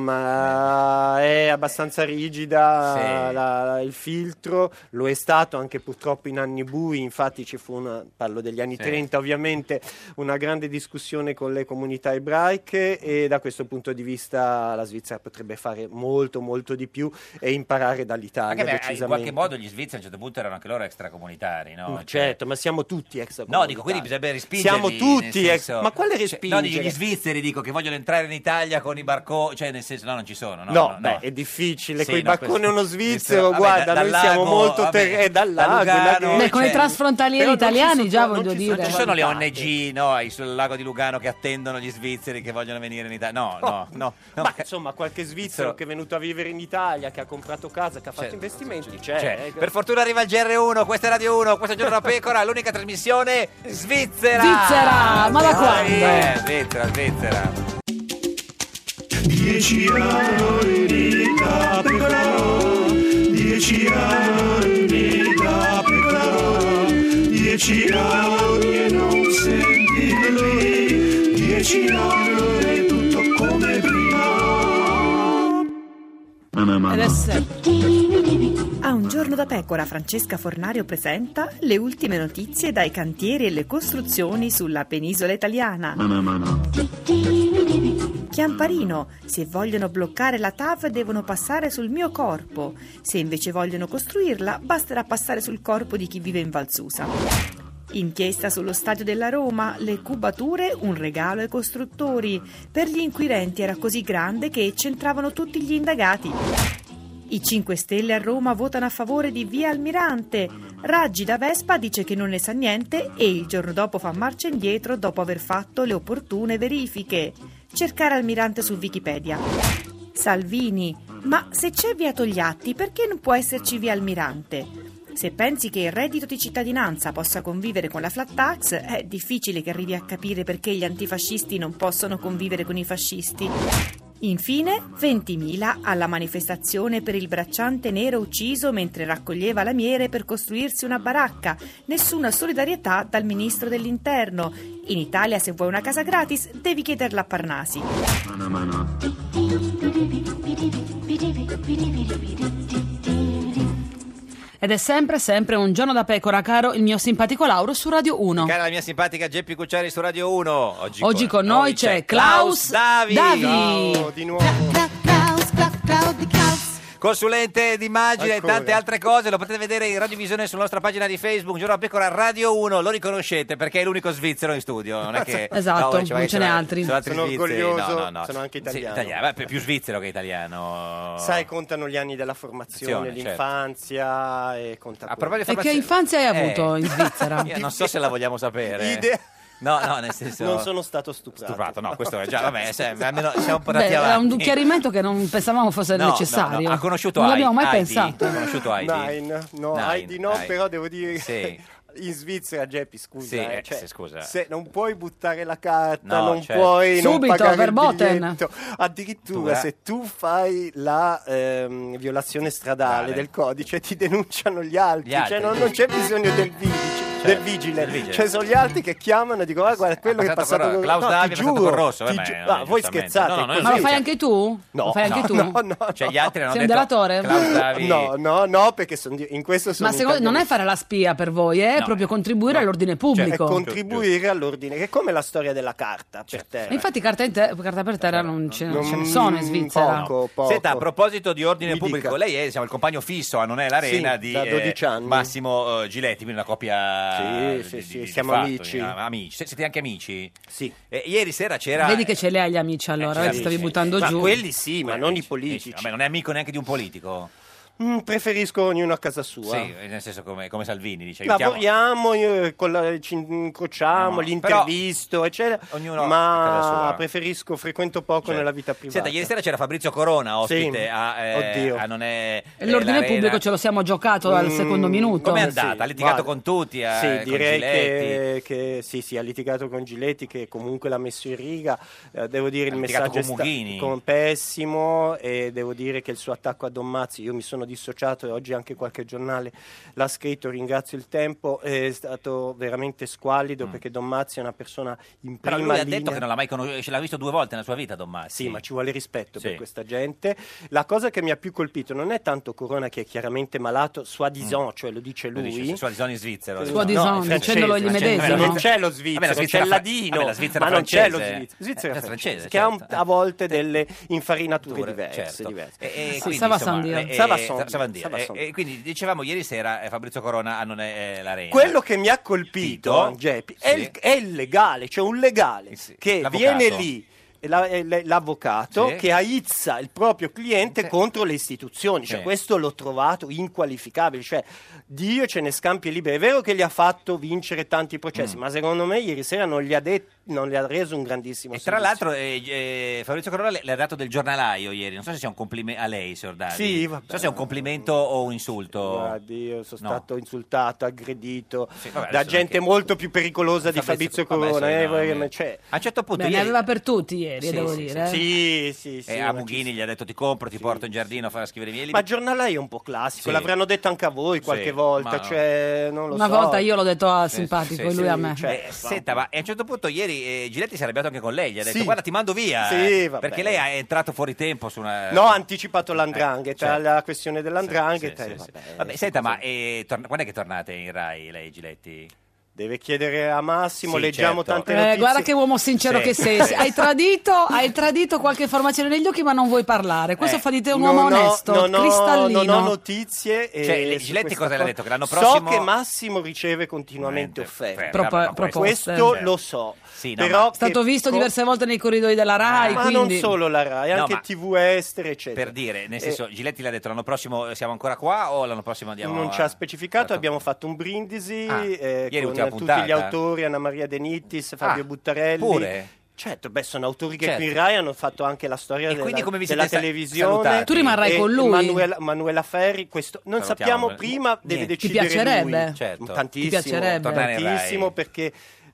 insomma è abbastanza rigida Sì. la- il filtro, lo è stato anche purtroppo in anni bui, infatti ci fu una, parlo degli anni Sì. trenta ovviamente, una grande discussione con le comunità ebraiche e da questo punto di vista la Svizzera potrebbe fare molto molto di più e imparare dall'Italia Anche beh, in decisamente. qualche modo gli svizzeri a un certo punto erano anche loro extracomunitari, no? Ma Cioè- certo, ma siamo tutti extra. No, dico, quindi bisognerebbe respingerli. Siamo tutti nel ex- senso- ma quale cioè, respingere? no, gli svizzeri dico che vogliono entrare in Italia con i barconi, cioè nel senso, no, non ci sono, no? No, beh, è difficile. Sì, Coi no, barconi questo- uno svizzero, vabbè, guarda, da- noi dal siamo lago, molto vabbè, ter- eh, dal da lago, Lugano, laghetti. Beh, con i cioè- transfrontalieri Però non ci italiani sono- già non voglio ci dire. Non ci sono le O N vantate. G, no, ai- sul lago di Lugano che attendono gli svizzeri che vogliono venire in Italia. No, no, no. no, Ma ca- insomma, qualche svizzero Svizzero- che è venuto a vivere in Italia, che ha comprato casa, che ha fatto C'è- investimenti, c'è. Cioè, eh. per fortuna arriva il G R uno, questa è Radio uno, questo è Giorno da Pecora, l'unica trasmissione svizzera. Svizzera, ma da Eh, quando? Eh, Svizzera, Svizzera. Dieci anni da pecora, dieci anni da pecora, dieci anni e non sentirli, dieci anni e tutto come prima. Adesso A un giorno da pecora, Francesca Fornario presenta le ultime notizie dai cantieri e le costruzioni sulla penisola italiana. Chiamparino, se vogliono bloccare la T A V devono passare sul mio corpo, se invece vogliono costruirla basterà passare sul corpo di chi vive in Valsusa. Inchiesta sullo stadio della Roma, le cubature un regalo ai costruttori. Per gli inquirenti era così grande che c'entravano tutti gli indagati. I cinque Stelle a Roma votano a favore di Via Almirante. Raggi da Vespa dice che non ne sa niente e il giorno dopo fa marcia indietro dopo aver fatto le opportune verifiche. Cercare Almirante su Wikipedia. Salvini, ma se c'è Via Togliatti perché non può esserci Via Almirante? Se pensi che il reddito di cittadinanza possa convivere con la flat tax, è difficile che arrivi a capire perché gli antifascisti non possono convivere con i fascisti. Infine, ventimila alla manifestazione per il bracciante nero ucciso mentre raccoglieva lamiere per costruirsi una baracca. Nessuna solidarietà dal ministro dell'Interno. In Italia, se vuoi una casa gratis, devi chiederla a Parnasi. Mano a mano. Ed è sempre, sempre un giorno da pecora, caro il mio simpatico Lauro su Radio uno. Cara la mia simpatica Geppi Cucciari su Radio uno. Oggi, Oggi con noi c'è Klaus Davi. Davi. Ciao, di nuovo. Consulente d'immagine e Ancora. tante altre cose, lo potete vedere in radiovisione sulla nostra pagina di Facebook, Giorno da Pecora Radio uno, lo riconoscete perché è l'unico svizzero in studio, non è che Esatto, diciamo non che ce n'è sono- altri. sono altri Sono svizzeri. orgoglioso, No, no, no. sono anche Sì, italiano. beh, più svizzero che italiano. Sai, contano gli anni della formazione, Azione, certo. l'infanzia e conta A quello. proposito di E che infanzia hai avuto in Svizzera? Io non so se la vogliamo sapere. Idea- No, no, nel senso Non sono stato stuprato. stuprato, no, questo è già, vabbè, se- almeno siamo un po' Beh, andati era un avanti. chiarimento che non pensavamo fosse No, no, necessario. no, ha conosciuto Non Heidi- l'abbiamo mai Heidi? pensato. Ha conosciuto Heidi? Nine, no, Nine, Heidi no, Heidi. però devo dire Sì. che in Svizzera, Geppi, scusa, Sì, eh, eh, cioè, sì, scusa. se non puoi buttare la carta, No, non certo. puoi non Subito, pagare il verboten. biglietto. Addirittura Tu, eh? se tu fai la ehm, violazione stradale Vale. del codice ti denunciano gli altri, Gli altri. cioè non, non c'è bisogno del vigice. Del vigile. del vigile. Cioè sono gli altri che chiamano e dicono: ah, guarda, quello che è passato passato con- con Klaus no, Davi ti è passato giuro, con Rosso, ti vabbè, giu- vabbè, ah, voi giustamente. scherzate, No, no, noi così, Ma lo sì, fai cioè- anche tu? No, Lo fai anche no, tu? no, no, Cioè gli altri hanno Sei un detto delatore? Klaus Davi. no, no, no, perché sono di- in questo sono Ma secondo non è fare la spia per voi, è No. proprio contribuire No. all'ordine Cioè, è pubblico. contribuire all'ordine, che è come la storia della carta per terra. E infatti carta, in te- carta per terra non ce, Non- ce ne sono in Svizzera. poco, poco. Senta, a proposito di ordine Mi pubblico, dica. lei è diciamo, il compagno fisso a Non è l'Arena Sì, di da dodici anni. Massimo eh, Giletti, quindi una coppia Sì, di- sì, di- sì, di siamo fatto, amici. eh, amici. Se- Siete anche amici? Sì. Eh, ieri sera c'era... Vedi che ce li hai gli amici allora, Eh, eh, ti stavi sì, buttando Ma giù. quelli sì, ma non i Amici, politici. Vabbè, non è amico neanche di un politico? Mm, preferisco ognuno a casa sua. Sì, nel senso come, come Salvini, dice. aiutiamo- Lavoriamo, eh, con la- ci incrociamo, No, no, l'intervisto, eccetera. ognuno a casa Ma sua. preferisco, frequento poco Certo. nella vita privata. Senta, ieri sera c'era Fabrizio Corona, ospite Sì. a, eh, Oddio. a Non è E l'ordine l'Arena. pubblico ce lo siamo giocato dal Mm, secondo minuto. Com'è andata? Sì, ha litigato guarda. con tutti? eh, Sì, con direi Giletti? che, che sì, sì, ha litigato con Giletti che comunque l'ha messo in riga. Eh, devo dire Ha il litigato messaggio con è sta- Mughini. con pessimo e devo dire che il suo attacco a Don Mazzi, io mi sono dissociato e oggi anche qualche giornale l'ha scritto, ringrazio il tempo, è stato veramente squallido perché Don Mazzi è una persona in Mm. Però prima lui ha linea. detto che non l'ha mai conosciuto, ce l'ha visto due volte nella sua vita Don Massi. Sì, ma ci vuole rispetto Sì. per questa gente. La cosa che mi ha più colpito non è tanto Corona che è chiaramente malato, soi-disant, cioè lo dice Lo lui. dice, soi-disant in Svizzero. No, Soi-disant, è francese, dicendolo egli francese. medesimo. Non c'è lo Vabbè, svizzero, la Svizzera c'è il fra- ladino, vabbè, la Svizzera ma non c'è lo francese. svizzero, Svizzera Eh, francese, francese, che ha un- certo. a volte delle infarinature diverse. Certo. diverse. E, e Sì, quindi, ça va insomma, sans dire. eh, Ça va eh, sans ça va dire, dire. ça va sans E- e quindi dicevamo ieri sera eh, Fabrizio Corona a Non è eh, l'Arena. Quello che mi ha colpito, Tito? Geppi, è, Sì. il, è il legale, cioè un legale Sì, che l'avvocato. viene lì, la- eh, l- l'avvocato Sì. che aizza il proprio cliente contro le istituzioni, cioè Sì. questo l'ho trovato inqualificabile, cioè Dio ce ne scampi liberi. È vero che gli ha fatto vincere tanti processi, Mm. ma secondo me ieri sera non gli ha, det- non gli ha reso un grandissimo E tra servizio. l'altro eh, eh, Fabrizio Corona le, le ha dato del giornalaio ieri, non so se sia un complimento a lei, signor Davi. Sì, vabbè. Non so se è un complimento o un insulto. Guardi, io sono No. stato insultato, aggredito Sì, vabbè, da adesso gente anche- molto più pericolosa di Fabrizio- Fabrizio vabbè, Corona. sì, eh, no, vorrei- eh. ma- cioè, A un certo punto Beh, ne ieri... aveva per tutti ieri, Sì, devo sì, dire. sì. sì, sì, sì, E ma a ci- Mughini gli ha detto ti compro, ti porto in giardino a fare scrivere i miei libri. Ma giornalaio è un po' classico, Sì. l'avranno detto anche a voi qualche Sì, volta, ma- cioè, non lo Una so. volta io l'ho detto a Sì, simpatico sì, e lui sì, a me. cioè, Eh, senta, ma a un certo punto ieri eh, Giletti si è arrabbiato anche con lei, gli ha detto Sì. guarda ti mando via, Sì, eh, vabbè. perché lei è entrato fuori tempo su una... No, ha anticipato l'andrangheta, Eh, certo. la questione dell'andrangheta. Sì, e sì, sì. vabbè, Vabbè, senta, ma eh, torna- quando è che tornate in Rai lei Giletti? Deve chiedere a Massimo, Sì, leggiamo certo. tante Eh, notizie. guarda che uomo sincero Sì. che sei. Hai tradito, hai tradito qualche informazione negli occhi, ma non vuoi parlare. Questo Eh, fa di te un uomo Non ho- onesto, non ho- cristallino. Non ho notizie. e Cioè, le- su Giletti questa cosa le ha cosa- detto? Che l'anno So prossimo- che Massimo riceve continuamente Veramente, offerte. Propo- vabbè, ma proposte. Questo Certo. lo so. Sì, no, Però ma- È stato che visto co- diverse volte nei corridoi della Rai, Ma quindi... non solo la Rai, No, anche ma- tivù estere, eccetera. Per dire, nel Eh, senso, Giletti le ha detto l'anno prossimo siamo ancora qua o l'anno prossimo andiamo non a- ci ha specificato, Certo. abbiamo fatto un brindisi Ah, eh, ieri con ultima tutti puntata. gli autori, Anna Maria De Nittis, Fabio Ah, Buttarelli. pure? Certo, beh, sono autori che Certo. qui in Rai hanno fatto anche la storia E della, quindi come vi della siete sa- televisione. salutati? Tu rimarrai E con lui? Manuela, Manuela Ferri, questo non Salutiamo. sappiamo prima, deve Niente. Ti decidere piacerebbe? lui. Certo. Tantissimo, Ti piacerebbe? Tornare in Rai. tantissimo perché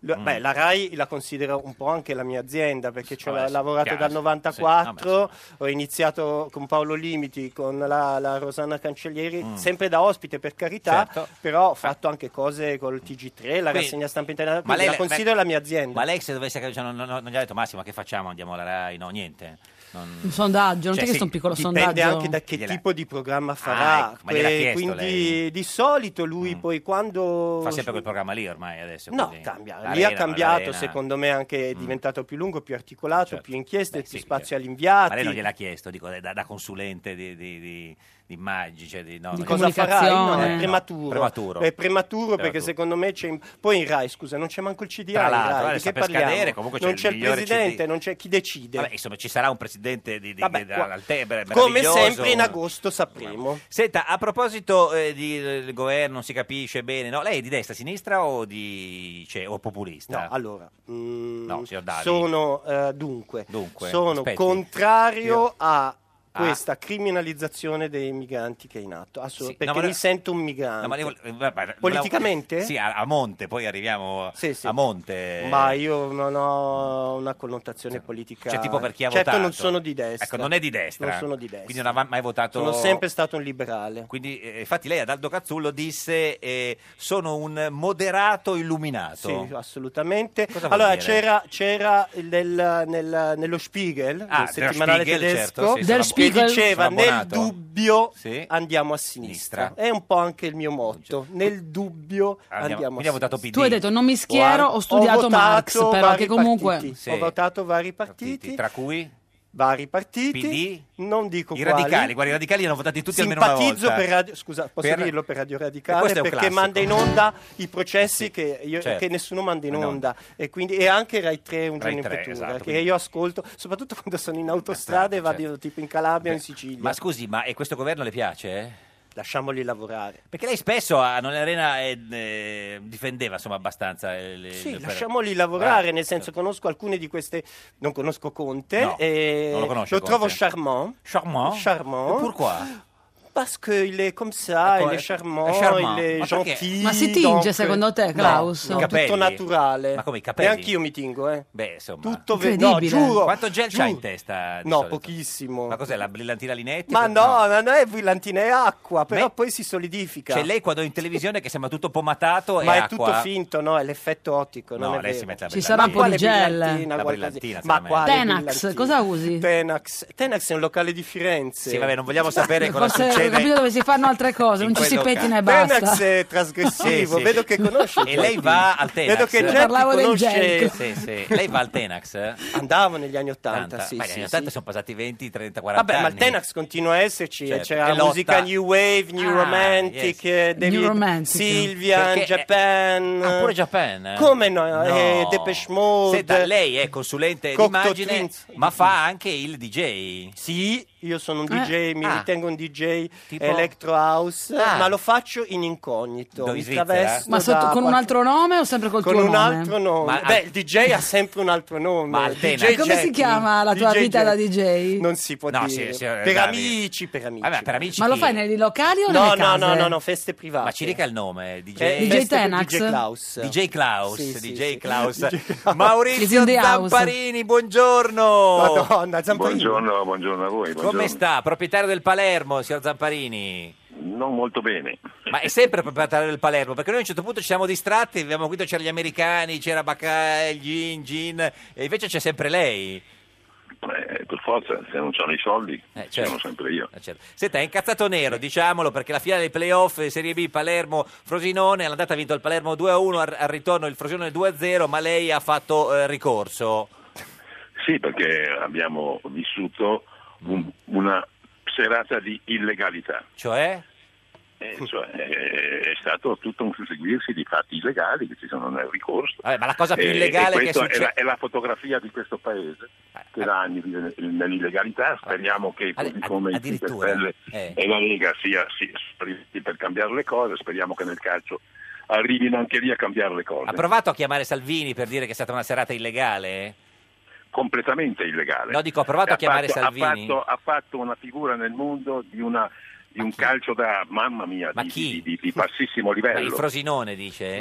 L- Beh, la RAI la considero un po' anche la mia azienda, perché ci ho Vabbè, lavorato chiaro, dal sì. novantaquattro, Sì, ho iniziato con Paolo Limiti, con la, la Rosanna Cancellieri, Mm. sempre da ospite per carità, Certo. però ho fatto anche cose col T G tre, la Quindi- rassegna stampa internazionale, Ma quindi lei- la considero la mia azienda. Ma lei se dovesse, cioè, non, non, non gli ha detto Massimo, ma che facciamo? Andiamo alla Rai? No, niente. Non- Un sondaggio, non Cioè, è che sì, sia un piccolo Dipende sondaggio. anche da che Gliela- tipo di programma Ah, farà. ecco, ma gliel'ha Que- chiesto quindi lei? Mm. di solito lui poi quando Fa sempre quel programma lì ormai adesso. No, quindi- cambia. Lì l'Arena, ha cambiato, l'Arena. secondo me anche è Mm. diventato più lungo, più articolato, Certo. più inchieste, Beh, più sì, spazio certo. agli inviati. Ma lei non gliel'ha chiesto, dico, da, da consulente di, di, di, di immagini, cioè di, no, Di non- cosa farai? No, comunicazione. è prematuro. Prematuro. È prematuro perché Prematuro. secondo me c'è. in- Poi in Rai, scusa, non c'è manco il C D A. Tra in l'altro, Rai, eh, di sta che per parliamo? scadere, comunque c'è non il c'è il migliore presidente, C D. non c'è chi decide. Vabbè, insomma, ci sarà un presidente di, di, Vabbè, di- qua- al te- Come meraviglioso. sempre in agosto sapremo. Senta, a proposito eh, di eh, governo, non si capisce bene, no? Lei è di destra, sinistra o di cioè, o populista? No, allora, mm, No, signor Davi. sono eh, dunque, Dunque, sono aspetti. contrario Io- a Ah. questa criminalizzazione dei migranti che è in atto, assolut- Sì, perché no, ma- mi sento un migrante. No, ma io- eh, vabbè, Politicamente? Sì, a, a monte, poi arriviamo Sì, sì. a monte. Ma io non ho una connotazione politica. Cioè, tipo per chi ha certo votato. non sono di destra. Ecco, non è di destra. Non sono di destra. Quindi non ha mai votato. Sono sempre stato un liberale. Quindi, eh, infatti, lei ad Aldo Cazzullo disse: eh, sono un moderato illuminato. Sì, assolutamente. Cosa vuol Allora, dire? c'era, c'era nel- nel- nello Spiegel, Ah, nel settimanale Der Spiegel, tedesco, certo, sì, Der sono- Spiegel. che diceva sono nel abbonato. dubbio Sì. andiamo a sinistra. Sinistra. È un po' anche il mio motto. Nel dubbio Andiamo- andiamo, quindi ha a votato sinistra. P D. Tu hai detto non mi schiero, ho studiato votato Marx, però vari che comunque... partiti. Sì. Ho votato vari partiti, Partiti, tra cui vari partiti, P D? non dico i quali. radicali. Guarda, i radicali li hanno votati tutti almeno una Simpatizzo volta. per radio, scusa, posso Per- dirlo per Radio E Radicale questo è un perché classico. manda in onda i processi che, io- Certo. che nessuno manda in In onda e quindi e anche Rai tre un Rai giorno in tre, pretura esatto, che quindi- io ascolto soprattutto quando sono in autostrada e vado certo. tipo in Calabria o in Sicilia. Ma scusi, ma e questo governo le piace? Lasciamoli lavorare. Perché lei spesso a Nell'Arena eh, eh, difendeva insomma abbastanza eh, le, Sì, le- lasciamoli lavorare, Ah, nel senso conosco alcune di queste, non conosco Conte, No, e non lo conosce lo Conte. trovo charmant. Charmant? Charmant. E pourquoi? Parce qu'il est comme ça, Ecco, il è- est charmant, è charmant. il est Ma perché? gentil. Ma si tinge, donc- secondo te, No, Klaus? no, I capelli? tutto naturale. Ma come i capelli? Neanche io mi tingo, eh. Beh, insomma. Tutto ve- no, Incredibile. giuro. Quanto gel c'ha giuro. in testa? di No, solito? pochissimo. Ma cos'è, la brillantina Linetti? Ma Que- no, ma non è brillantina, è acqua, però Ma- poi si solidifica. C'è lei quando è in televisione che sembra tutto pomatato Ma e è acqua. tutto finto, no? È l'effetto ottico, non No, è lei vero. si mette la Ci brillantina. sarà un po' quale di gel. brillantina, La qualcosa- brillantina, Ma secondo me. quale Tenax, brillantina? cosa usi? Tenax. Tenax è un locale di Firenze. Sì, vabbè, non vogliamo sapere cosa Forse ho succede. capito dove si fanno altre cose, non ci si quel pettina e locale. basta. Tenax è trasgressivo, Sì, sì. vedo che conosci. E lei va al Tenax? Vedo che Geppi Parlavo del conosce. gel. Sì, sì. Lei va al Tenax? Andavo negli anni ottanta, Tanta. sì, Ma sì, negli anni sì. ottanta sono passati venti, trenta, quaranta Vabbè, ma anni. il Tenax continua a esserci, Certo. c'era E la lotta. musica New Wave, New Ah, Romantic, yes. eh, David- New Romantic. Sylvian, Perché- Japan. Ah, pure Japan? Come no? Eh, Depeche Mode. Senta, lei è consulente Cocteau d'immagine, Twins. ma fa anche il D J. Sì, io sono un Eh. D J, mi Ah. ritengo un D J Tipo? Electro House, Ah. ma lo faccio in incognito. Dove, Mi in Svizzera? travesto Ma sotto- da con un qualche- altro nome o sempre col con tuo un nome? altro nome. Ma Beh, al- il D J ha sempre un altro nome. Ma al D J Tenax. E come si Jackie, chiama la tua D J vita da Jackie. D J? Non si può No, dire. sì, sì, per Davi. amici, per amici. Vabbè, per amici Ma lo chi? fai nei locali o No, nelle no, case? no, no, no, feste private. Ma ci dica il nome, D J? Eh, D J feste- Tenax? D J Klaus. D J Klaus, Sì, sì, D J sì. Klaus. D J Klaus. Is Maurizio in the house. Zamparini, buongiorno. Madonna, Zamparini. Buongiorno, buongiorno a voi. Come buongiorno. sta? Proprietario del Palermo, signor Zamparini? Non molto bene. Ma è sempre proprietario del Palermo? Perché noi a un certo punto ci siamo distratti, abbiamo capito c'erano gli americani, c'era Bacà, Gin, Gin, e invece c'è sempre lei. Eh, per forza, se non c'hanno i soldi, Eh, ci sono certo. sempre io. Eh, certo. Senta, è incazzato nero, diciamolo, perché la finale dei playoff eh, Serie B Palermo-Frosinone, all'andata ha vinto il Palermo due a uno, al, al ritorno il Frosinone due a zero, ma lei ha fatto eh, ricorso. Sì, perché abbiamo vissuto un- una serata di illegalità. Cioè? Eh, cioè, eh, è stato tutto un susseguirsi di fatti illegali che ci sono nel ricorso. Vabbè, ma la cosa più Eh, illegale e che questo è succede... la, è la fotografia di questo paese che da anni vive nell'illegalità. Speriamo che così Ad- come i cinque addirittura? Stelle Eh. e la Lega sia, sia arrivati per cambiare le cose. Speriamo che nel calcio arrivino anche lì a cambiare le cose. Ha provato a chiamare Salvini per dire che è stata una serata illegale? Completamente illegale. No, dico, ha provato a Ha chiamare fatto- Salvini? Ha fatto, ha fatto una figura nel mondo di, una, di un calcio da, mamma mia, Ma di, chi? di- di- di bassissimo Ma livello. il Frosinone, dice?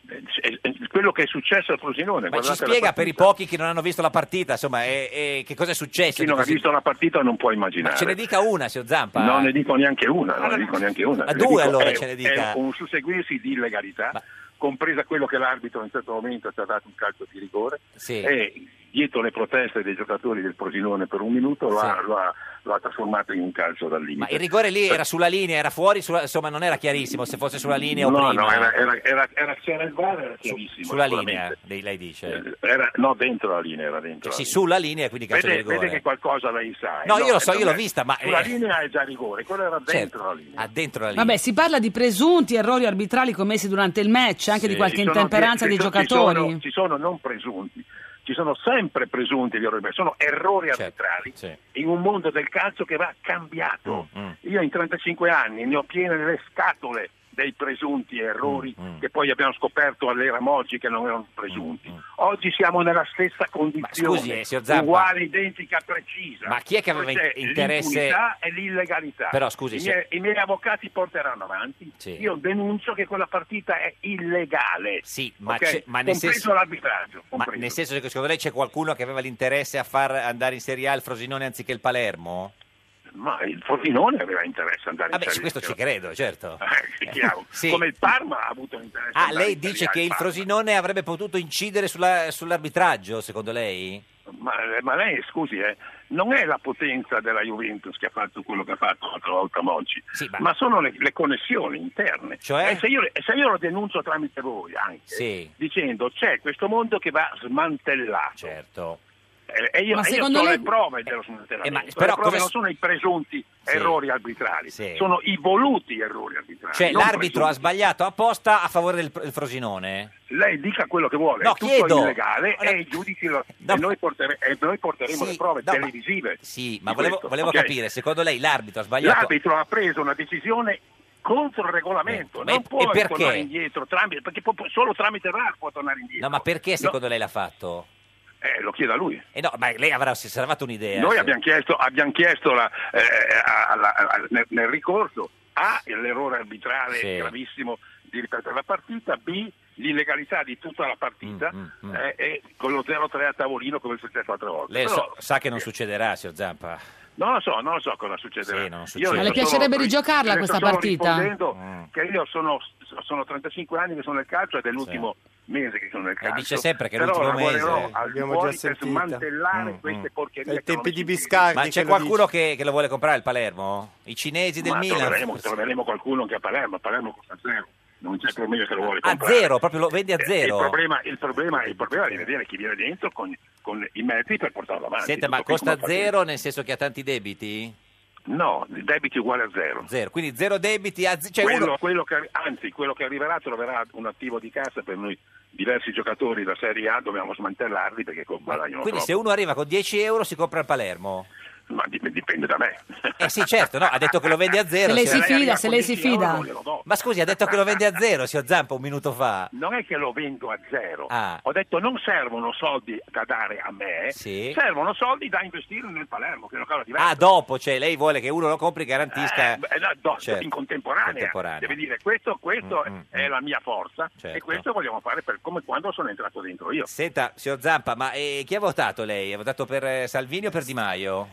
È- è quello che è successo a Frosinone. Ma ci guardate la spiega per i partita. pochi che non hanno visto la partita, insomma, e, e che cosa è successo? Chi non di ha così- visto la partita non può Ma immaginare. ce ne dica una, signor Zampa. Non ne dico neanche una, non ne dico neanche una. Ma Ne due dico, allora è- ce ne dica. È un susseguirsi di illegalità, compresa quello che l'arbitro in un certo momento ci ha dato un calcio di rigore Sì. e dietro le proteste dei giocatori del Frosinone per un minuto lo, ha, Sì. lo ha- lo ha trasformato in un calcio dal limite. Ma il rigore lì era sulla linea, era fuori, sulla- insomma non era chiarissimo se fosse sulla linea o No, prima. no, era, era, era, era, c'era il V A R, era chiarissimo. Sulla sicuramente. linea, lei lei dice. Era, no, dentro la linea, era dentro. Sì, la sulla linea, quindi calcio Vede, di rigore. vede che qualcosa lei sa. eh? No, io lo so, non io l'ho è- vista, ma- Sulla eh. linea è già rigore, quello era dentro Certo. la linea. Ah, dentro la linea. Vabbè, si parla di presunti errori arbitrali commessi durante il match, anche Sì. di qualche Ci sono- intemperanza ci dei sono- ci giocatori. sono- Ci sono non presunti, ci sono sempre presunti gli errori, sono errori arbitrali in un mondo del calcio che va cambiato. Io in trentacinque anni ne ho piene le scatole dei presunti errori che poi abbiamo scoperto all'era Moggi che non erano presunti. Oggi siamo nella stessa condizione, scusi, eh, signor Zampa. uguale, identica, precisa. Ma chi è che aveva C'è interesse- l'impunità e l'illegalità. Però, scusi, I se- miei, i miei avvocati porteranno avanti. Sì. Io denuncio che quella partita è illegale. Sì, ma, ok? c'è- ma nel Compreso senso, l'arbitraggio. ma nel senso che secondo lei c'è qualcuno che aveva l'interesse a far andare in Serie A il Frosinone anziché il Palermo? Ma il Frosinone aveva interesse ad andare Vabbè, in su Serie questo A. ci credo, certo. Eh, chiaro. Sì. Come il Parma ha avuto interesse. ad Ah, andare lei in Serie dice A, che il Parma. Frosinone avrebbe potuto incidere sulla- sull'arbitraggio, secondo lei? Ma, ma lei, scusi, eh, non è la potenza della Juventus che ha fatto quello che ha fatto l'altra volta Moggi, ma... sono le, le connessioni interne. Cioè? E se io, e se io lo denuncio tramite voi anche, Sì. dicendo c'è questo mondo che va smantellato. Certo. E e io, Ma e io secondo so lei- le prove dello smantellamento. Eh, ma le però prove cosa- non sono i presunti Sì. errori arbitrali, Sì. sono i voluti errori arbitrali. Cioè non l'arbitro ha presunti. sbagliato apposta a favore del, del Frosinone? Lei dica quello che vuole, No, è tutto chiedo. illegale e i giudici lo- e, noi portere- e noi porteremo Sì, le prove no, ma- televisive. Sì, ma di volevo, questo, volevo ok? capire, secondo lei l'arbitro ha sbagliato? L'arbitro ha preso una decisione contro il regolamento, Ma non e- può e perché? tornare indietro, tramite, perché può- solo tramite V A R può tornare indietro. No, ma perché secondo lei l'ha fatto? Eh, lo chieda lui. Eh no, ma lei avrà, si sarà fatto un'idea. Noi se- abbiamo chiesto, abbiamo chiesto la- eh, alla- alla- nel, nel ricorso A, l'errore arbitrale Sì. gravissimo di ripetere la partita, B, l'illegalità di tutta la partita Mm, eh, e con lo zero tre a tavolino come è successo altre volte. Lei Però, so- sa che non succederà, signor Zampa. non lo so, non lo so cosa succederà. Sì, non Io succede. Ma le sto piacerebbe solo- rigiocarla le questa sto solo partita? rispondendo Mm. che io sono, sono trentacinque anni che sono nel calcio ed è l'ultimo mese che sono nel calcio. dice sempre che è Però l'ultimo lavorerò mese. al Abbiamo cuore già per sentita. smantellare Mm, queste mm. porcherie. Ai che non tempi di ci Biscardi. Ma che c'è lo qualcuno che, che lo vuole comprare il Palermo? I cinesi del Ma Milan? troveremo, troveremo qualcuno che a Palermo, a Palermo costa zero. Non c'è problema che lo vuole A comprare. zero, proprio lo vendi a Eh, zero? Il problema, il problema, il problema è di vedere chi viene dentro con, con i mezzi per portarlo avanti. Senta, ma Tutto qui costa come ha fatto zero nel senso che ha tanti debiti? No, il debiti uguale a zero. Zero, quindi zero debiti a z- cioè quello, uno... quello che, anzi, quello che arriverà troverà un attivo di cassa per noi diversi giocatori da Serie A, dobbiamo smantellarli perché guadagnano Quindi se troppo. uno arriva con dieci euro si compra il Palermo? Ma dip- dipende da me. Eh sì, certo, no, ha detto che lo vende a zero. Se lei signor- si fida, se lei si fida. Ma scusi, ha detto che lo vende a zero, signor Zampa, un minuto fa. Non è che lo vendo a zero, Ah. ho detto non servono soldi da dare a me, Sì. servono soldi da investire nel Palermo, che è una cosa diversa. Ah, dopo, cioè lei vuole che uno lo compri e garantisca... Eh, beh, no, do- Certo. in contemporanea, Contemporanea. deve dire questo, questo Mm, mm, è la mia forza Certo. e questo vogliamo fare per come quando sono entrato dentro io. Senta, signor Zampa, ma eh, chi ha votato lei? Ha votato per eh, Salvini o per Di Maio?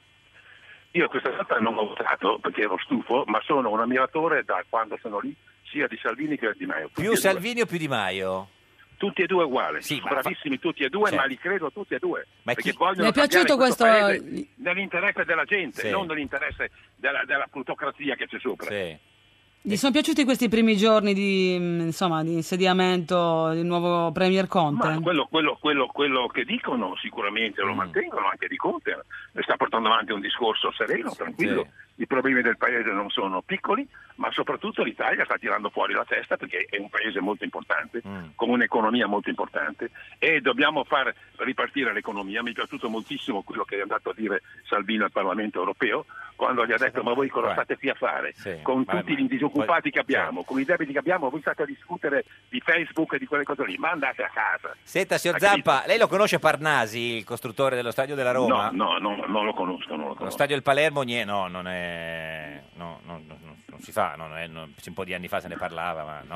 Io questa volta non ho votato perché ero stufo, ma sono un ammiratore da quando sono lì sia di Salvini che di Di Maio. Tutti Più e Salvini o più Di Maio? due. Tutti e due uguali, Sì, sono ma- bravissimi tutti e due, Certo. ma li credo tutti e due. Ma perché chi- vogliono Le è piaciuto cambiare questo- paese nell'interesse della gente, Sì. non nell'interesse della, della plutocrazia che c'è sopra. Sì. Gli sono piaciuti questi primi giorni di, mh, insomma, di insediamento del nuovo Premier Conte? Ma quello, quello- quello- quello che dicono sicuramente Mm. lo mantengono anche di Conte, sta portando avanti un discorso sereno, tranquillo. I problemi del paese non sono piccoli, ma soprattutto l'Italia sta tirando fuori la testa perché è un paese molto importante, Mm. con un'economia molto importante e dobbiamo far ripartire l'economia. Mi è piaciuto moltissimo quello che è andato a dire Salvini al Parlamento europeo quando gli ha detto ma voi cosa state qui a fare? Sì, Con ma- tutti ma- gli disoccupati poi- che abbiamo, con i debiti che abbiamo, voi state a discutere di Facebook e di quelle cose lì, ma andate a casa. Senta, signor Ha capito? Zampa, lei lo conosce Parnasi, il costruttore dello stadio della Roma? No, no, no, non lo conosco, non lo Lo conosco. stadio del Palermo, nie- no, non è... No, no, no, no, non si fa, no, non è- non- un po' di anni fa se ne parlava, ma no.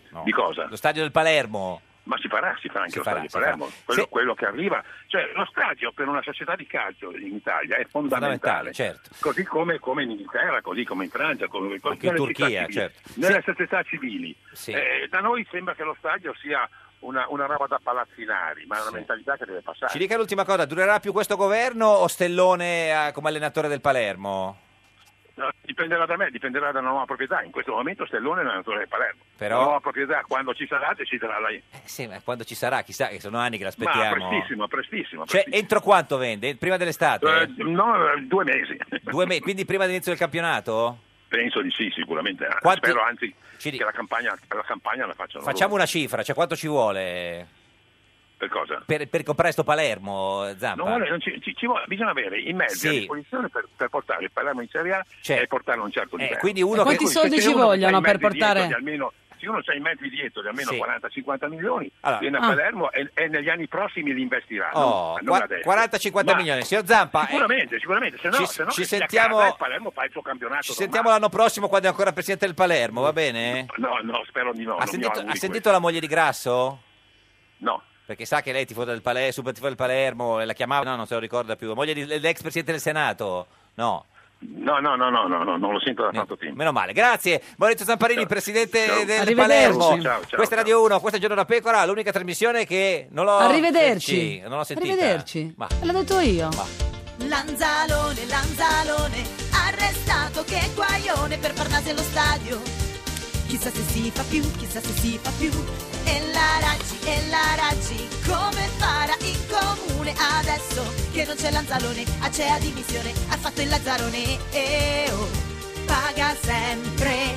no. Di cosa? Lo stadio del Palermo. Ma si farà, si farà anche Si lo farà, stadio di si Palermo, farà. quello, Sì. quello che arriva, cioè lo stadio per una società di calcio in Italia è fondamentale, Fondamentale, certo. così come, come in Inghilterra, così come in Francia, come, come Anche in nelle Turchia, città civili, certo. nelle Sì. società civili. Sì. Eh, da noi sembra che lo stadio sia una, una roba da palazzinari, ma è una Sì. mentalità che deve passare. Ci dica l'ultima cosa, durerà più questo governo o Stellone eh, come allenatore del Palermo? No, dipenderà da me, dipenderà dalla nuova proprietà. In questo momento Stellone è l'allenatore del Palermo. Però- La nuova proprietà, quando ci sarà, deciderà lei. Eh sì, ma quando ci sarà, chissà, che sono anni che Ma l'aspettiamo. prestissimo, prestissimo. Cioè, prestissimo. entro quanto vende? Prima dell'estate? Eh, no, eh, due mesi. Due mesi, quindi prima dell'inizio del campionato? Penso di sì, sicuramente. Eh, Quanti- Spero anzi Ci di- che la campagna, la campagna la facciano Facciamo loro. una cifra, cioè quanto ci vuole Per cosa? per, per comprare sto Palermo, Zampa? Non vuole- non ci, ci- ci vuole- bisogna avere i mezzi Sì. a disposizione per, per portare il Palermo in Serie A Certo. e portarlo a un certo livello. quindi uno E quanti che- soldi Se ci uno ha vogliono i per mezzi dietro portare... di almeno- se uno ha i mezzi dietro di almeno Sì. quaranta cinquanta milioni, Allora- viene a Ah. Palermo e, e negli anni prossimi li investirà. Oh, non- non qua- adesso. quaranta cinquanta Ma milioni. Signor Zampa, eh, Sicuramente, sicuramente. Se no, ci- se no ci che sia sentiamo- casa, il Palermo fa il suo campionato. ci normale. sentiamo l'anno prossimo quando è ancora presidente del Palermo, va bene? No, no, spero di no. ha non mi sentito, auguri ha sentito la moglie di Grasso? No. Perché sa che lei è tifosa del Palermo, super tifosa del Palermo, e la chiamava, no, non se lo ricorda più. Moglie di- dell'ex presidente del Senato? No. No, no, no, no, no, no, non lo sento da tanto tempo. Meno male, grazie. Maurizio Zamparini, presidente Ciao. del Arrivederci. Palermo. Ciao, ciao, Questa è Radio uno, questa è Giorno da Pecora, l'unica trasmissione che non l'ho Arrivederci. non l'ho sentita. Arrivederci. Ma L'ho detto io. Lanzalone, Lanzalone, arrestato, che guaione per Parnassi allo stadio. Chissà se si fa più, chissà se si fa più. E la Raggi, e la Raggi, come farà in comune adesso che non c'è Lanzalone, Acea dimissione, ha fatto il Lazzarone e oh, paga sempre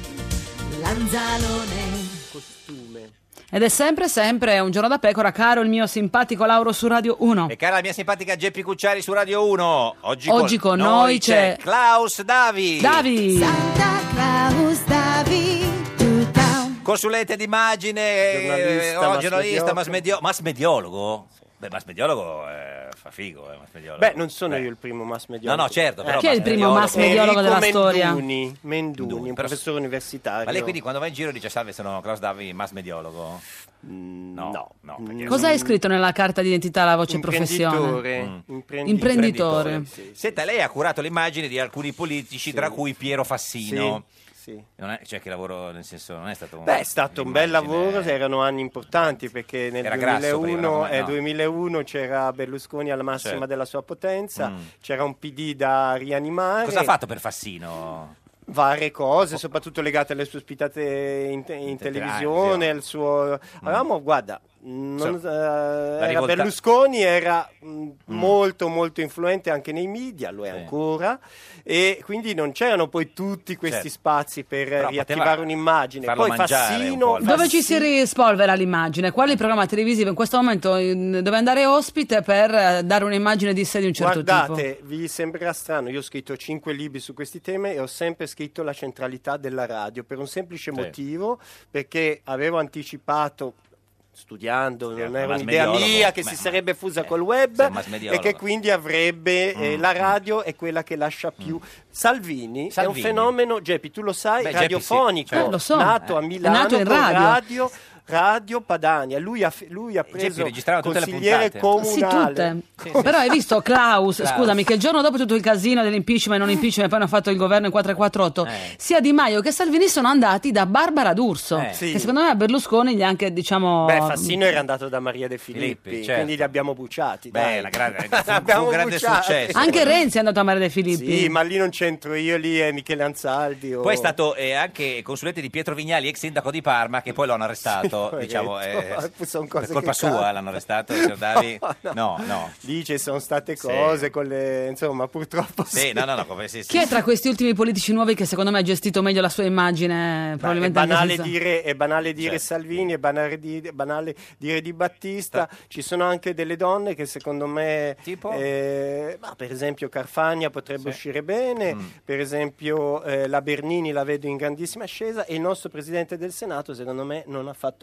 Lanzalone. Costume. Ed è sempre, sempre un giorno da pecora, caro il mio simpatico Lauro su Radio uno. E cara la mia simpatica Geppi Cucciari su Radio uno. Oggi, Oggi con noi c'è Klaus Davi. Davi. Santa Claus Davi, to town. Consulente d'immagine, eh, Giornalista, oh, mass giornalista, mediocre. mass, medio- mass mediologo. Beh, mass mediologo eh, fa figo, eh, mass mediologo. Beh, non sono Beh. io il primo mass No, mediologo. no, certo, però Chi è il mass primo mediologo- mass mediologo della Enrico storia? Menduni, Menduni, Menduni, un però- professore universitario. Ma lei quindi quando va in giro dice salve, sono Klaus Davi, mass mediologo? Mm, No, no. no, perché- Cosa hai scritto nella carta d'identità la voce professione? Imprenditore. Mm. Imprendi- Imprenditore. Sì, sì, Senta, lei ha curato le immagini di alcuni politici, tra cui Piero Fassino. sì, sì. Non è, cioè che lavoro, nel senso, non è stato un... Beh, è stato un bel un'immagine- lavoro, erano anni importanti perché nel Era grasso prima, duemilauno, no? eh, duemilauno c'era Berlusconi alla massima Certo. della sua potenza, Mm. c'era un P D da rianimare. Cosa ha fatto per Fassino? Varie cose, soprattutto legate alle sue ospitate in, te- in televisione, al suo... Avevamo, guarda, non, So, eh, era rivolta- Berlusconi era mh, molto molto influente anche nei media, lo è Sì. ancora, e quindi non c'erano poi tutti questi Certo. spazi per Però riattivare poteva un'immagine. farlo Poi mangiare un Fassino, po' il- Dove ci si rispolvera l'immagine? Qual è il programma televisivo in questo momento in- dove andare ospite per eh, dare un'immagine di sé di un certo Guardate, tipo? vi sembrerà strano, io ho scritto cinque libri su questi temi e ho sempre scritto la centralità della radio per un semplice Sì. motivo, perché avevo anticipato studiando, Sì, non ma era mass un'idea mediologo, mia che beh, si ma- sarebbe fusa eh, col web sei mass e mediologo. che quindi avrebbe eh, Mm, la mm. radio è quella che lascia più. Salvini, Salvini. è un fenomeno, Geppi, tu lo sai, Beh, Geppi, radiofonico, sì, certo. Eh, lo so. nato a È Milano nato in con radio. radio Radio Padania, lui ha, lui ha preso registrava tutte le consigliere puntate. Sì, comunale. tutte. Però hai visto Klaus, Klaus. scusami, che il giorno dopo tutto il casino dell'impeachment e non impeachment, poi hanno fatto il governo in quattro quattro otto, Eh. sia Di Maio che Salvini sono andati da Barbara D'Urso, Eh. Sì. che secondo me a Berlusconi gli ha anche, diciamo... Beh, Fassino era andato da Maria De Filippi, Filippi, certo. quindi li abbiamo buciati. Beh, dai. una grande- fu- fu Abbiamo un grande buciati. successo. Anche Renzi è andato a Maria De Filippi. Sì, ma lì non c'entro io, lì è Michele Anzaldi. o- Poi è stato eh, anche consulente di Pietro Vignali, ex sindaco di Parma, che poi lo hanno arrestato, diciamo, eh, Sono cose per colpa che sua capitano. l'hanno arrestato, signor Davi? No, No, no. Lì ci sono state Sì. cose con le... insomma, purtroppo Sì, sì. no, no, no, come sì, sì. Chi è tra questi ultimi politici nuovi che secondo me ha gestito meglio la sua immagine? Beh, è Probabilmente anche banale, senza- dire, è banale dire Certo. Salvini, è banale, di- è banale dire Di Battista. Ci sono anche delle donne che secondo me, Tipo? eh, ma per esempio Carfagna potrebbe Sì. uscire bene, Mm. per esempio eh, la Bernini la vedo in grandissima ascesa e il nostro Presidente del Senato secondo me non ha fatto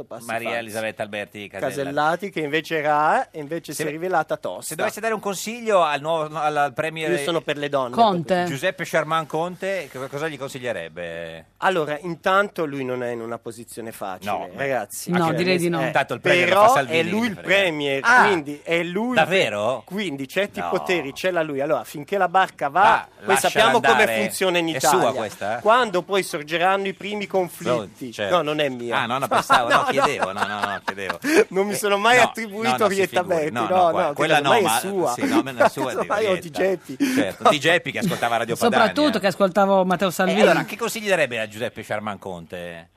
passi Maria falsi. Elisabetta Alberti Casella. Casellati, che invece era A e invece Se- si è rivelata tosta. Se dovesse dare un consiglio al nuovo no, al, al premier Io sono per le donne. Conte. Giuseppe Charmant Conte, che cosa gli consiglierebbe? Allora, intanto lui non è in una posizione facile, No. ragazzi. No, Anche- direi di no. eh, Intanto il premier lo però fa Salvini, è che lui ne il frega. premier, Ah, quindi è lui. davvero? Quindi certi No. poteri ce l'ha lui. Allora, finché la barca va, Ah, poi lasciala sappiamo come andare. funziona in È Italia. sua questa? Quando poi sorgeranno i primi conflitti. No, certo. No, non è mia. Ah, no, no, pensavo, no, chiedevo, no, no, no, chiedevo. Non mi sono mai No, attribuito no, no, si Orietta figuri. Berti, No, no, no, no, qua- che quella no, ormai ma- è sua. sì, no, ma non è sua, Casomai di o Orietta. di Geppi. Certo, di Geppi che ascoltava Radio Padania. Soprattutto che ascoltavo Matteo Salvini. E allora, che consigli darebbe a Giuseppe Charmant Conte?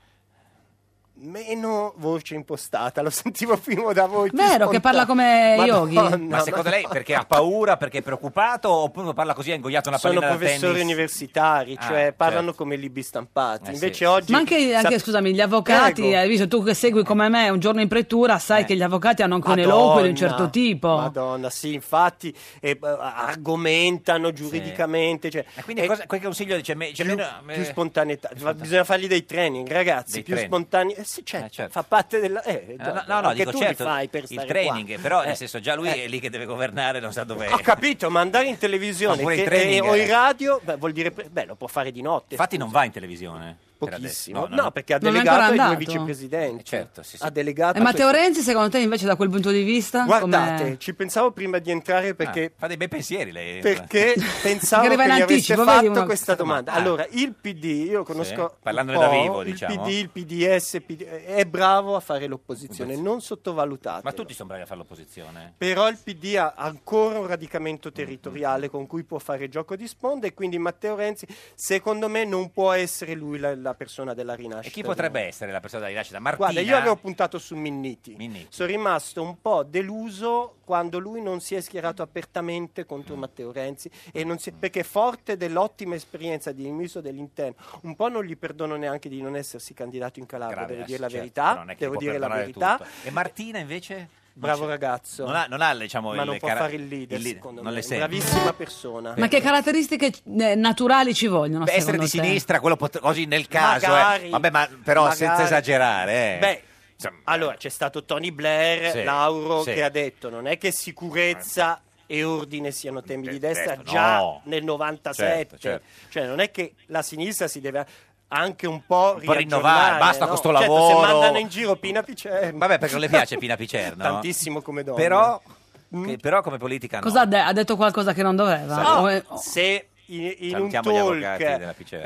Meno voce impostata, lo sentivo prima da voi. più Vero, che spontaneo. parla come Madonna, Yogi. Ma secondo lei Madonna. perché ha paura, perché è preoccupato, oppure parla così, ha ingoiato una Sono pallina da professori tennis? universitari, Ah, cioè parlano certo. come libri stampati. Eh, Invece sì, oggi Ma anche, anche, sap- scusami, gli avvocati, Prego. hai visto tu che segui come me un giorno in pretura, sai Eh. che gli avvocati hanno anche un Madonna, eloquio di un certo tipo. Madonna, sì, infatti eh, argomentano giuridicamente, cioè, E quindi eh, cosa, qualche consiglio dice? Me, c'è più, meno, più eh, spontaneità. Fa- bisogna fargli dei training, ragazzi, Dei più training. spontanei. Eh, sì, certo, Eh, certo. fa parte della eh, No, no, no, no, anche dico tu certo, li fai per il stare training, qua. però Eh. nel senso già lui Eh. è lì che deve governare, non sa dov'è. Ho capito, ma andare in televisione Ma pure che- il training, eh, o eh. in radio, beh, vuol dire, beh, lo può fare di notte. Infatti non va in televisione. per Pochissimo. adesso. No, perché ha Non è delegato ancora ai due andato. vicepresidenti. Eh, certo, sì, sì. Ha delegato E a Matteo questi- Renzi, secondo te, invece, da quel punto di vista? Guardate, come- ci pensavo prima di entrare perché Ah, fa dei bei pensieri lei. perché pensavo Perché che arriva in mi anticipo, avesse vedi fatto una- questa domanda. Ah. Allora, il P D, io conosco Sì, parlandone un po', da vivo, il diciamo. P D, il P D S, P D è bravo a fare l'opposizione, non sottovalutate. Ma tutti sono bravi a fare l'opposizione. Però il P D ha ancora un radicamento territoriale con cui può fare gioco di sponda e quindi Matteo Renzi, secondo me, non può essere lui la, la persona della rinascita. E chi potrebbe essere la persona della rinascita? Martina? Guarda, io avevo puntato su Minniti. Minniti. Sono rimasto un po' deluso quando lui non si è schierato apertamente contro Matteo Renzi e non si- perché forte dell'ottima esperienza di ministro dell'interno, un po' non gli perdono neanche di non essersi candidato in Calabria, Grave, devo eh, dire la certo, verità, però non è che devo può dire la perdonare verità. tutto. E Martina invece? Bravo c'è- ragazzo. Non ha, non ha diciamo, ma il non può cara- fare il leader, il leader, secondo non me. le sente. Bravissima persona. Ma che caratteristiche eh, naturali ci vogliono? Beh, essere secondo di te? sinistra, quello pot- così nel caso, eh. Magari, Vabbè, ma però magari. senza esagerare, eh. Beh, Insomma, allora c'è stato Tony Blair, Sì, Lauro, sì. che ha detto non è che sicurezza e ordine siano temi di destra, certo, già no. nel novantasette. Certo, certo. Cioè non è che la sinistra si deve anche un po', Un po' rinnovare, riaggiornare, basta no? con sto Certo, lavoro. se mandano in giro Pina Picerno. Vabbè, perché non le piace Pina Picerno? Tantissimo come donna. Però, Mm. che- però come politica no. Cosa ha, de- ha detto qualcosa che non doveva? No, O è- se in, in un Salutiamo gli avvocati della talk Picerno.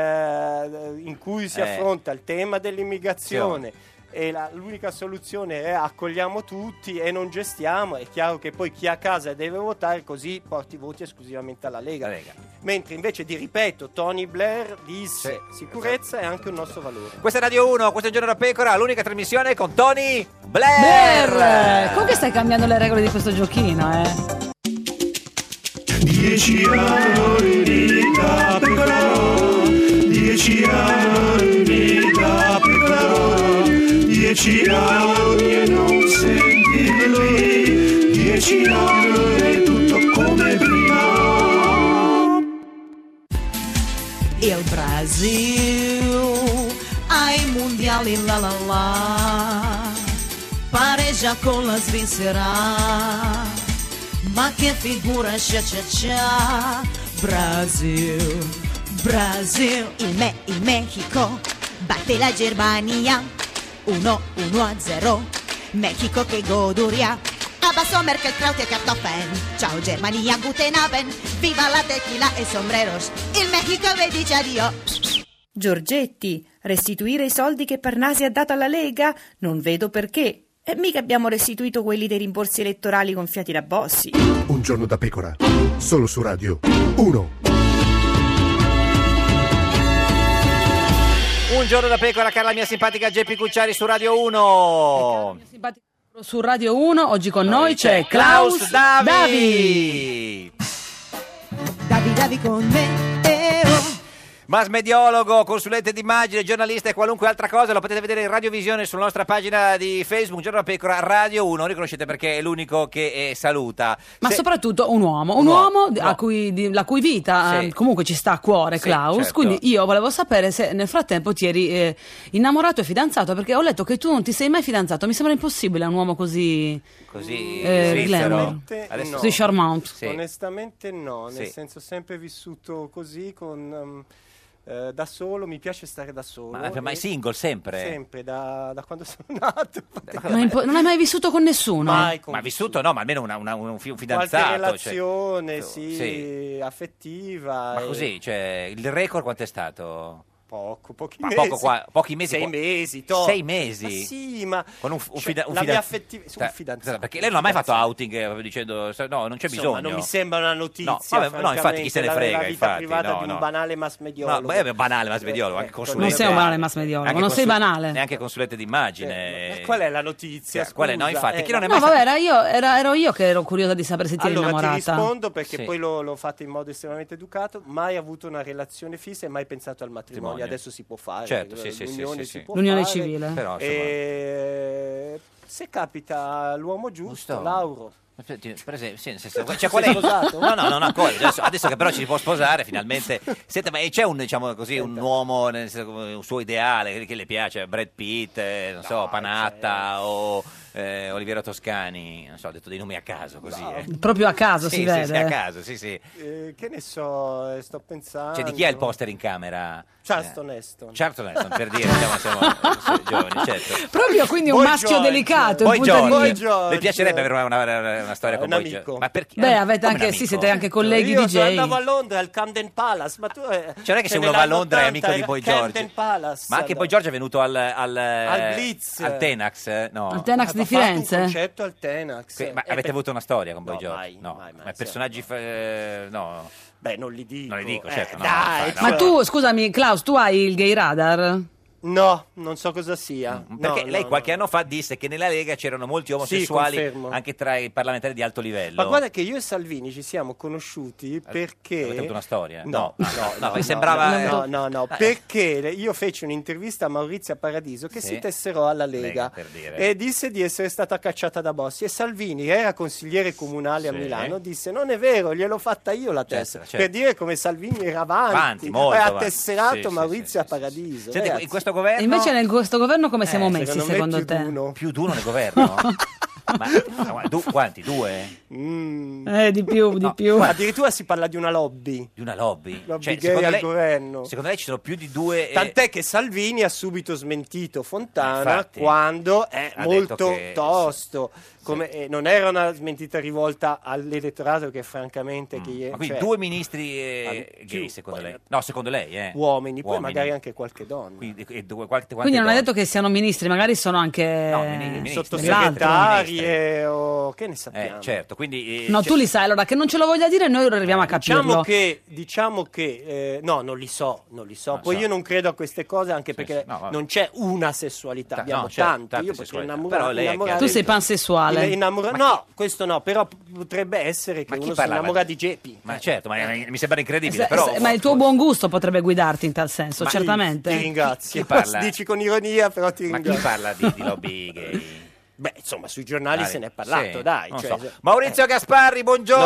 eh, in cui si Eh. affronta il tema dell'immigrazione e la- l'unica soluzione è accogliamo tutti e non gestiamo, è chiaro che poi chi a casa deve votare, così porti voti esclusivamente alla Lega. La Lega. Mentre invece di ripeto Tony Blair disse sicurezza è anche un nostro valore. Questa è Radio uno, questo è Un Giorno da Pecora, l'unica trasmissione con Tony Blair. Blair! Comunque stai cambiando le regole di questo giochino, eh? Dieci anni da pecora, dieci anni da pecora, dieci anni e non sentirli, dieci anni è tutto come prima. Il Brasil ai mondiali la la la pareggia con la Svizzera, ma che figura cia cia cia. Brasil, Brasil, il, me, il Mexico batte la Germania uno a zero. Mexico che goduria, abbasso Merkel, Kraut e Kartoffeln. Ciao Germania, guten Abend, viva la tequila e sombreros. Il Mexico vi dice addio. Giorgetti, restituire i soldi che Parnasi ha dato alla Lega? Non vedo perché. E mica abbiamo restituito quelli dei rimborsi elettorali gonfiati da Bossi. Un giorno da pecora, solo su Radio uno. Un Giorno da Pecora, cara la mia simpatica Geppi Cucciari su Radio uno. Su Radio uno, oggi con noi c'è Klaus Klaus Davi. Davi. Davi Davi con me, eh, oh. Masmediologo, consulente d'immagine, giornalista e qualunque altra cosa, lo potete vedere in radiovisione sulla nostra pagina di Facebook, Giorno da Pecora, Radio uno, riconoscete perché è l'unico che eh, saluta. Ma Se- soprattutto un uomo, un Un uomo, uomo, di- no. a cui, di- la cui vita Sì. eh, comunque ci sta a cuore, Sì, Klaus. certo. Quindi io volevo sapere se nel frattempo ti eri eh, innamorato e fidanzato, perché ho letto che tu non ti sei mai fidanzato. Mi sembra impossibile un uomo così, Così eh, svizzero. glamour, Adesso- no. così charmant. Sì. Onestamente no, nel Sì. senso ho sempre vissuto così con um, eh, da solo, mi piace stare da solo. Ma, ma è e- single sempre? Sempre, da, da quando sono nato. Ma impo- non hai mai vissuto con nessuno? Mai con Ma vissuto no, ma almeno una- una- un fi- un Qualche fidanzato. relazione, cioè- sì, sì. affettiva. Ma e- così, cioè, il record quanto è stato? Poco, pochi Ma mesi. poco qua- pochi mesi Sei qua- mesi, to. Sei mesi? Ma sì, ma Con un, un cioè, fida- un la fida- mia affettiva, un Cioè, fidanzato. perché lei non ha mai fatto outing eh, proprio dicendo no, non c'è Insomma, bisogno. non mi sembra una notizia. No, vabbè, no, infatti chi se ne francamente, frega, la, la vita infatti, privata no, di no. un banale mass No, mediologo. ma è banale mass mediologo, anche consulente. Non sei un banale mass mediologo, anche non sei consul- banale. Neanche consulente d'immagine. Eh, qual è la notizia? Cioè, qual è? No, Scusa, infatti, eh, chi non è No, mai vabbè, era io, era- ero io che ero curiosa di sapere se ti eri Allora ti innamorata. rispondo perché Sì. poi lo, l'ho fatto in modo estremamente educato, mai avuto una relazione fissa e mai pensato al matrimonio. Matrimonio. Adesso si può fare, Certo, sì, sì, sì, l'unione sì, si sì. può L'unione fare, civile. Però, insomma- e se capita l'uomo giusto, Giusto. Lauro. Aspetti, per esempio, sì, nel senso, cioè, qual è? Sei sposato? No, no, non ancora. Adesso, adesso che però ci si può sposare, finalmente. Senta, ma c'è un, diciamo così, un uomo, nel senso, un suo ideale che le piace? Brad Pitt, eh, non so, Panatta o eh, Oliviero Toscani? Non so, ho detto dei nomi a caso così. No. eh. Proprio a caso Sì, si sì, vede. sì, a caso, sì, sì. Eh, che ne so, eh, sto pensando. Cioè, di chi è il poster in camera? Charleston Heston. Charleston Heston, per dire, siamo, siamo sì, giovani, certo. Proprio quindi un Boy maschio George. delicato. in Poi punta di- George, Boy George. mi piacerebbe avere una, una, una storia con Un Boy amico. George. Ma perché? Beh, avete Come un anche, sì, amico? siete anche colleghi Io D sono- J. andavo a Londra al Camden Palace, ma tu eh, Cioè, non è che se ce uno va a Londra è amico di Boy George. Camden Palace. Ma anche Boy George è venuto al, al, Al Blitz. al Tenax, eh? no. Al Tenax di Ha fatto Firenze? un concerto al Tenax. Que- ma Eh, avete beh, avuto una storia con Boy no, George? mai, no, mai, mai, ma sì. personaggi fa- eh, no. Beh, non li dico. Non li dico, Eh, certo, no, dai, no, Ma cioè- tu, scusami, Klaus, tu hai il gay radar? No, non so cosa sia. Perché No, lei no, qualche no. anno fa disse che nella Lega c'erano molti omosessuali confermo. anche tra i parlamentari di alto livello. Ma guarda che io e Salvini ci siamo conosciuti perché... Avete avuto una storia? No, No, no, no, no, mi no, sembrava- no, no, no, Eh. perché io feci un'intervista a Maurizia Paradiso che Sì. si tesserò alla Lega, Lega, per dire. e disse di essere stata cacciata da Bossi, e Salvini era consigliere comunale a Sì. Milano, disse non è vero, gliel'ho fatta io la Certo, tessera, certo. per dire come Salvini era avanti, Avanti, molto e ha avanti. tesserato Sì, sì, Maurizia sì, sì, Paradiso. Senti, ragazzi. in questo governo... E invece nel questo governo come siamo Eh, messi secondo me secondo più te? d'uno. Più d'uno nel governo? Ma no, du- quanti? Due? Mm. Eh, di più, di No, più. Addirittura si parla di una lobby. Di una lobby? Lobby Cioè, gay secondo al lei, governo. secondo lei ci sono più di due... eh, Tant'è che Salvini ha subito smentito Fontana Infatti. quando è Ha molto detto che- tosto. Come, eh, non era una smentita rivolta all'elettorato che francamente... Che, Ma quindi cioè, due ministri eh, al- gay, più, secondo poi- lei? No, secondo lei, eh? uomini, poi Uomini. magari anche qualche donna. Quindi, e due, quante, quante Quindi non hai donne? detto che siano ministri, magari sono anche No, mini- ministri. Sottosegretari o che ne Eh, sappiamo. certo, quindi... eh, No, cioè- tu li sai, allora che non ce lo voglia dire noi arriviamo a capirlo. Diciamo che, diciamo che eh, no, non li so, non li so. Non Poi so. io non credo a queste cose, anche perché sì, no, vabbè. non c'è una sessualità, Ta- abbiamo no, certo, tante. tante Io potrei sessualità. innamorare, Però lei è innamorare- Tu sei pansessuale. Il- innamora- no, questo no, però potrebbe essere che Ma chi uno si parlava? innamora di Geppi. Ma certo, ma eh, mi sembra incredibile, Se- però... se- ma il tuo buon gusto potrebbe guidarti in tal senso, Ma- certamente. Ti ringrazio. Chi parla? Dici con ironia, però ti Ma chi ringrazio. parla di, di lobby gay? Beh, insomma, sui giornali Dai, se ne è parlato, sì, dai. non cioè, so. se- Maurizio Gasparri, buongiorno!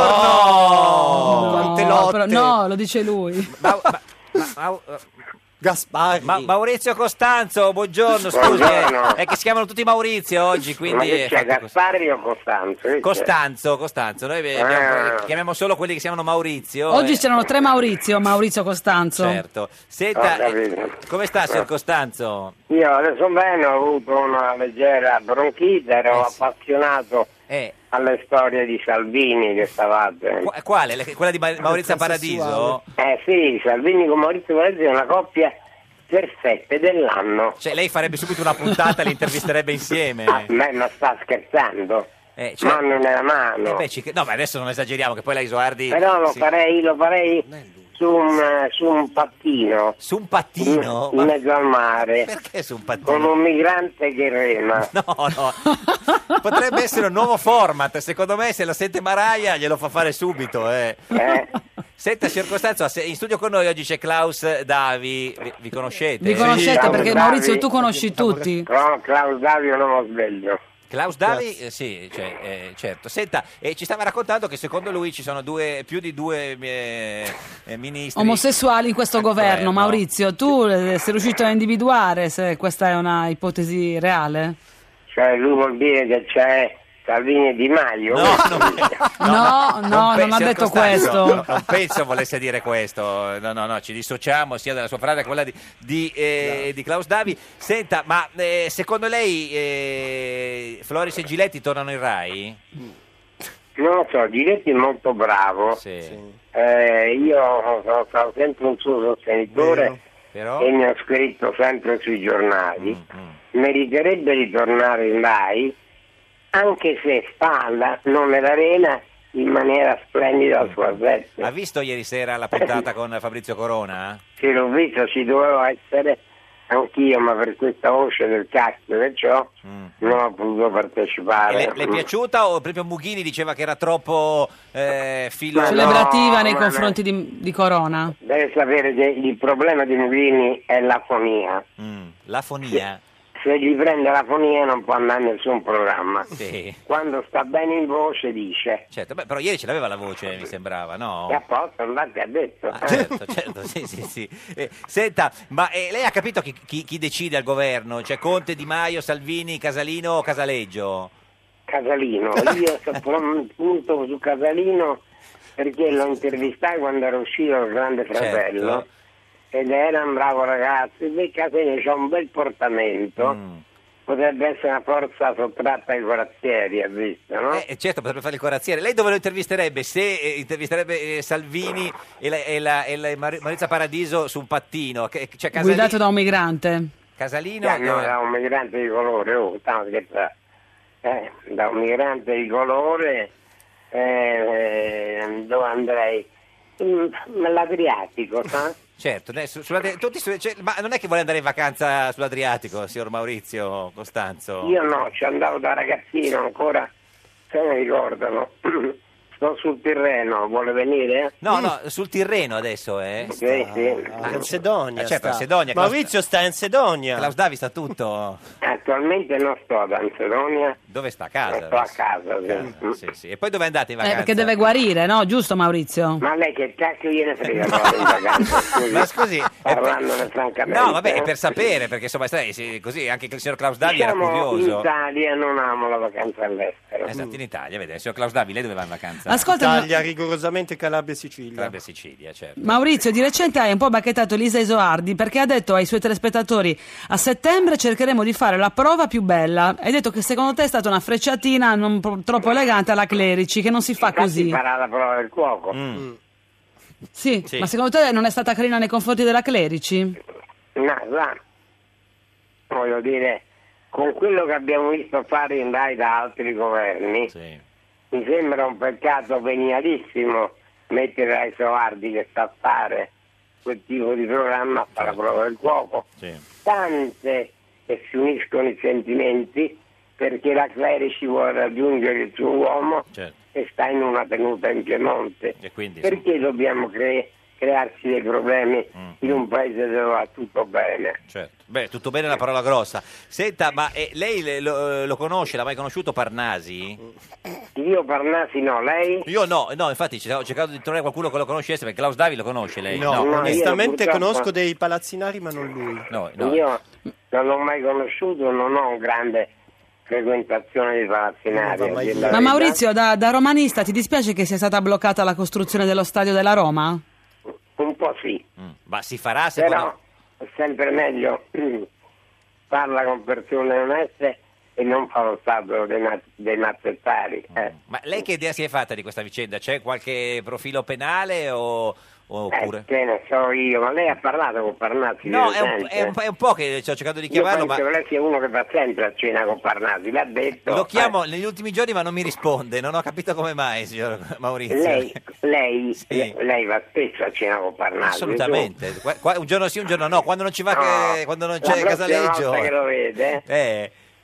No! No, Quante lotte. però no, lo dice lui. Ma- ma- ma- ma- Gasparri. Ma- Maurizio Costanzo, buongiorno, scusi, Buongiorno. eh, è che si chiamano tutti Maurizio oggi, Ma quindi... che è c'è, fatto così. Gasparri o Costanzo? Che c'è? Costanzo, Costanzo, noi eh, abbiamo- Ah. chiamiamo solo quelli che si chiamano Maurizio. Oggi eh, c'erano tre Maurizio, Maurizio Costanzo. Certo. Ho Senta, capito. eh, come sta, signor Costanzo? Io adesso bene, ho avuto una leggera bronchite, ero Eh sì. appassionato Eh, alle storie di Salvini che stavate. qu- quale? Le- Quella di Ma- Maurizio Paradiso? Eh sì, Salvini con Maurizio Paradiso è una coppia perfetta dell'anno. Cioè, lei farebbe subito una puntata e li intervisterebbe insieme. Ah, ma, ma sta scherzando? Eh, cioè- Mano nella mano. Eh beh, ci- no, ma adesso non esageriamo, che poi la Isoardi... Però lo sì. farei, lo farei su un, eh, su un pattino. Su un pattino? In, in Ma mezzo al mare. perché su un pattino? Con un migrante che rema. No, no. Potrebbe essere un nuovo format. Secondo me, se lo sente Maraia, glielo fa fare subito. Eh. Eh? Senta, signor Costanzo, se- in studio con noi oggi c'è Klaus Davi, vi, vi conoscete? Vi conoscete Ciao, perché Davi. Maurizio tu conosci tutti. No, Claudio Davio non lo sveglio. Klaus Davi, eh, sì, cioè, eh, certo. Senta, eh, ci stava raccontando che secondo lui ci sono due, più di due eh, eh, ministri. Omosessuali in questo governo. governo. Maurizio, tu eh, sei riuscito a individuare se questa è una ipotesi reale? Cioè lui vuol dire che c'è Salvini e Di Maio? No, No, no, pe- non ha signor detto Costanzo, questo. no, non penso volesse dire questo. No, no, no, ci dissociamo sia dalla sua frase che quella di, di, eh, di Klaus Davi. Senta, ma eh, secondo lei eh, Floris e Giletti tornano in Rai? Non lo so, Giletti è molto bravo. Eh, io sono stato sempre un suo sostenitore Però? e mi ho scritto sempre sui giornali. Meriterebbe di tornare in Rai, anche se spalla non nell'arena in maniera splendida al suo assetto. Ha visto ieri sera la puntata con Fabrizio Corona? Sì, l'ho visto, ci dovevo essere anch'io, ma per questa voce del cacchio che c'ho non ho potuto E partecipare. le, le è piaciuta o proprio Mughini diceva che era troppo eh, filo... Celebrativa no, nei ma confronti di, di Corona. Deve sapere che il problema di Mughini è l'afonia. L'afonia? Se gli prende l'afonia non può andare in nessun programma. Sì. Quando sta bene in voce dice. Certo, beh, però ieri ce l'aveva la voce, mi sembrava, no? E a posto, infatti ha detto. Ah, certo, certo, sì, sì, sì. Eh, senta, ma eh, lei ha capito chi, chi- chi decide al governo? Cioè Conte, Di Maio, Salvini, Casalino o Casaleggio? Casalino, io sto punto su Casalino perché lo intervistai quando era uscito il Grande Fratello. Certo. Ed era un bravo ragazzo, il Casalino c'ha un bel portamento, Mm. potrebbe essere una forza sottratta ai corazzieri, ha visto, no? Eh, certo, potrebbe fare il corazziere. Lei dove lo intervisterebbe? Se eh, intervisterebbe eh, Salvini e, la, e, la, e la Mar- Maurizio Paradiso su un pattino? Che, cioè, Casali- Guidato da un migrante. Casalino? Cioè, no, eh, da un migrante di colore, oh, stiamo scherzando. Eh, da un migrante di colore eh, eh, dove andrei? Mm, L'Adriatico, sa? Certo, ne- su- sull'Adri- tutti su- cioè, ma non è che vuole andare in vacanza sull'Adriatico, signor Maurizio Costanzo? Io no, ci andavo da ragazzino ancora, se ne ricordano. Sto sul Tirreno, vuole venire? No, no, sul Tirreno adesso, eh? Sì, sì. In Sedonia Ah, certo, sta. in Sedonia. Klaus- Maurizio sta in Sedonia. Klaus Davi sta tutto. Attualmente non sto ad Ansedonia, Dove sta? A casa? sto a adesso? casa. sì. Casa, sì, sì. E poi dove andate in Eh, vacanza? perché deve guarire, no? Giusto Maurizio? Ma lei che cacchio gliene frega no, in vacanza? Scusi, Ma scusi, è per- parlandone francamente. No, vabbè, è eh. per sapere, perché insomma, sai, sì, così anche il signor Klaus Davi era Diciamo, curioso. in Italia non amo la vacanza all'estero. Esatto, in Italia, vede, il signor Klaus Davi, lei dove va in vacanza? Ascolta, ma- Italia, rigorosamente Calabria e Sicilia. Calabria e Sicilia, certo. Maurizio, di recente hai un po' bacchettato Elisa Isoardi perché ha detto ai suoi telespettatori a settembre cercheremo di fare la prova più bella. Hai detto che secondo te è stata una frecciatina non pro- troppo elegante alla Clerici, che non si fa Infatti così. farà la prova del cuoco. Sì, Sì. ma secondo te non è stata carina nei confronti della Clerici? No, va. Voglio dire, con quello che abbiamo visto fare in Rai da altri governi, mi sembra un peccato venialissimo mettere ai Soardi che sa fare quel tipo di programma a fare la prova del cuoco. Tante che si uniscono i sentimenti perché la Clerici vuole raggiungere il suo uomo e sta in una tenuta in Piemonte. E quindi, Perché dobbiamo cre- crearsi dei problemi in un paese dove va tutto bene? Certo. Beh, tutto bene, la parola grossa. Senta, ma eh, lei le- lo, lo conosce, l'ha mai conosciuto Parnasi? Io Parnasi no, lei? Io no, no, infatti ci- ho cercato di trovare qualcuno che lo conoscesse, perché Klaus Davi lo conosce lei? No, No, onestamente io purtroppo- conosco dei palazzinari, ma non lui. No, no. Io non l'ho mai conosciuto, non ho un grande frequentazione di palazzinari. a dir la Ma verità. Maurizio, da, da romanista, ti dispiace che sia stata bloccata la costruzione dello stadio della Roma? Un po' sì, Ma si farà secondo... però è sempre meglio parla con persone oneste e non fa lo stato dei, ma- dei mazzettari. eh. Ma lei che idea si è fatta di questa vicenda? C'è qualche profilo penale o... oppure... Eh, che ne so io, ma lei ha parlato con Parnasi? No, di è un, recente? è, un, è un po' che ci ho cercato di Io chiamarlo, penso ma che lei sia uno che va sempre a cena con Parnasi, l'ha detto. lo chiamo negli ultimi giorni ma non mi risponde, non ho capito come mai, signor Maurizio. Lei, lei, Sì. le- lei va spesso a cena con Parnasi. Assolutamente. Qua- qua- un giorno sì, un giorno no, quando non ci va, No, che- quando non la c'è prossima Casaleggio. volta che lo vede, Eh,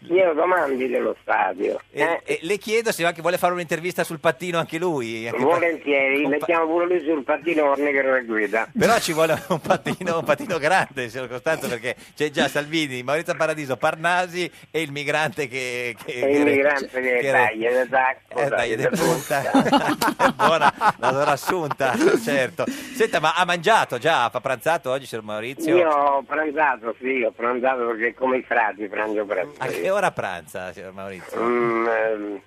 io domandi dello stadio. E, eh? e le chiedo se anche vuole fare un'intervista sul pattino anche lui. Anche Volentieri, per- mettiamo pure lui sul pattino che lo guida. Però ci vuole un pattino, un pattino grande, signor Costanzo, perché c'è già Salvini, Maurizio Paradiso, Parnasi e il migrante che... che E il migrante che, che- taglia da tacco, Eh, dai, de punta. È buona la loro assunta, certo. Senta, ma ha mangiato già? Ha pranzato oggi, signor Maurizio? Io ho pranzato, sì, ho pranzato perché come i frati pranzo presto. A che ora pranza, signor Maurizio? Mm, ehm,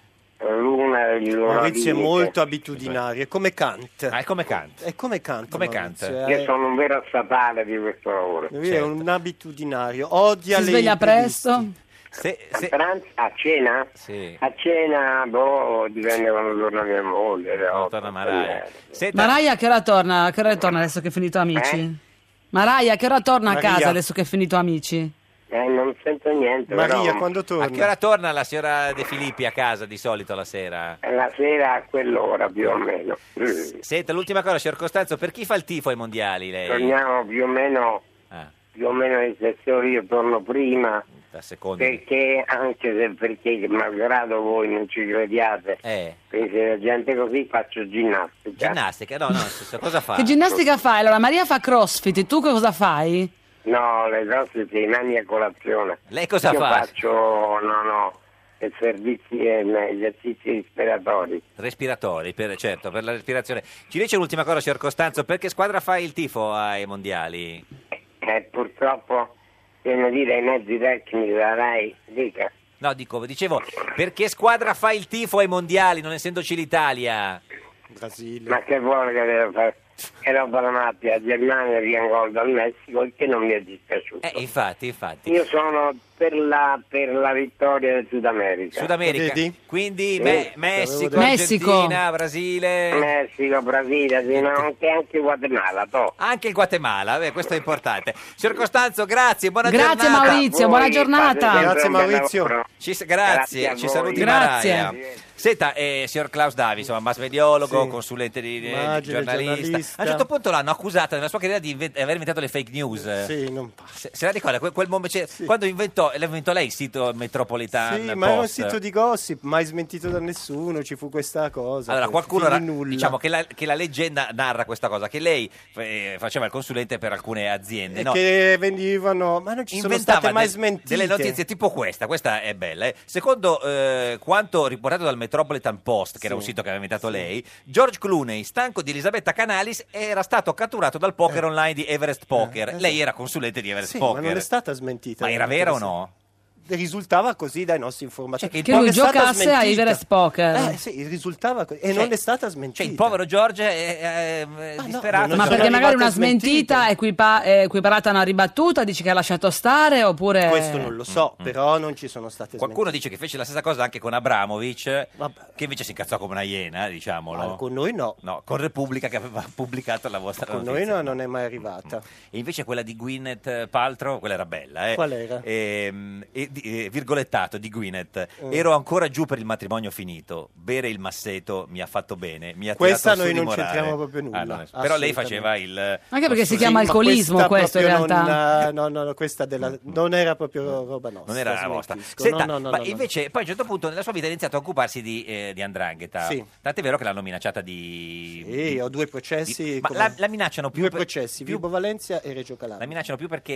l'una, l'una Maurizio è di- molto abitudinario, è come Kant. Ah, è come Kant. È come Kant. Come Maurizio, Kant. è- Io sono un vero statale di questo lavoro. Lui è un abitudinario, odia Si le sveglia imprevisti. presto? Se, A pranzo, a cena? Sì. A cena, boh, dipende quando torna mia moglie. alle No, otto, torna Maraia. eh. Senta, Maraia a che ora torna? A che ora torna adesso che è finito Amici? Eh? Maraia a che ora torna Maria. a casa adesso che è finito Amici? Eh, non sento niente. Maria, però, quando a torna? che ora torna la signora De Filippi a casa di solito la sera? La sera a quell'ora più o meno. Mm. Senta, l'ultima cosa, signor Costanzo, per chi fa il tifo ai mondiali lei? Torniamo più o meno, Ah, più o meno in sessione, io torno prima. da secondo. Perché, anche se perché, malgrado voi non ci crediate, Eh, pensi la gente così, faccio ginnastica. ginnastica? No, no, nel senso, cosa fa? Che ginnastica fai? Allora Maria fa crossfit, tu cosa fai? No, le cose si nani a colazione. Lei cosa Io fa? faccio, no, no, eh, servizi e esercizi respiratori. Respiratori, per, certo, per la respirazione. Ci dice l'ultima cosa, signor Costanzo, perché squadra fa il tifo ai mondiali? Eh, purtroppo, devono dire ai mezzi tecnici della RAI, dica. No, dico, dicevo, perché squadra fa il tifo ai mondiali, non essendoci l'Italia? Brasile. Ma che vuole che deve fare? Che roba da matti, la Germania via gol dal Messico, il che non mi è dispiaciuto. Eh, infatti, infatti. Io sono per la, per la vittoria del Sud America. Sud America, Vedi? quindi Sì. Me- Messico, Messico. Argentina, Brasile, Messico, Brasile, sì, ma anche, anche Guatemala, to. anche il Guatemala, beh, questo è importante. Signor Costanzo, grazie, buona Grazie giornata. Maurizio, Voi buona fate giornata. sempre Grazie, un bel Maurizio. lavoro. Ci, grazie, Grazie a ci voi. saluti Grazie. Maraia. Senta, eh, signor Klaus Davi, insomma, mass mediologo, Sì. consulente di, di- Immagine, giornalista. giornalista. A un certo punto l'hanno accusata nella sua carriera di inven- aver inventato le fake news. Sì, non passa. Se, se la ricorda, quel, quel momento, cioè, quando inventò, l'ha inventò lei il sito Metropolitan Sì, Post. ma era un sito di gossip, mai smentito da nessuno, ci fu questa cosa. Allora, che qualcuno, finì ra- nulla. diciamo che la, che la leggenda narra questa cosa, che lei eh, faceva il consulente per alcune aziende, E no? che venivano, ma non ci sono Inventava state mai de- smentite. delle notizie tipo questa, questa è bella. eh. Secondo eh, quanto riportato dal Metropolitan Post, che era un sito che aveva inventato lei, George Clooney, stanco di Elisabetta Canalis, era stato catturato dal poker online di Everest Poker. esatto. Lei era consulente di Everest Sì, Poker. ma non è stata smentita. Ma era vera o no? Risultava così dai nostri informatori. Cioè, Che Non lui è stata giocasse a smentita. Everest Poker. Eh sì, risultava così. E Cioè- non è stata smentita. Cioè, il povero George è, è- è no, disperato. non Ma sono perché magari una arrivate smentita è equipa- è equiparata a una ribattuta, dici che ha lasciato stare oppure... Questo non lo so, però non ci sono state Qualcuno dice che fece la stessa cosa anche con Abramovic, Vabbè. che invece si incazzò come una iena, diciamolo. smentite. Ma con noi no. No, con Repubblica che aveva pubblicato la vostra Con notizia. noi no, non è mai arrivata. E invece quella di Gwyneth Paltrow, quella era bella, eh? Qual era? Ehm, e di- eh, virgolettato di Gwyneth. Mm. Ero ancora giù per il matrimonio finito. Bere il masseto mi ha fatto bene. Mi ha Questa tirato su noi di non morale. c'entriamo proprio nulla, Ah, non è- Però lei assolutamente. faceva il... Anche perché si Sì, chiama Ma alcolismo questo in proprio realtà. Non, no, no, no, questa della, non era proprio roba nostra. Non era la vostra. smentisco. Senta, no, no, no, ma no, no. invece poi a un certo punto nella sua vita ha iniziato a occuparsi di, eh, di 'ndrangheta. Sì. Tant'è vero che l'hanno minacciata di... Sì, di- ho due processi. di- ma come- la, la minacciano più Due per- processi, più- Vibo Valencia e Reggio La Calabria. minacciano più perché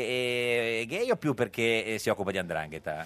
è gay o più perché eh, si occupa di 'ndrangheta?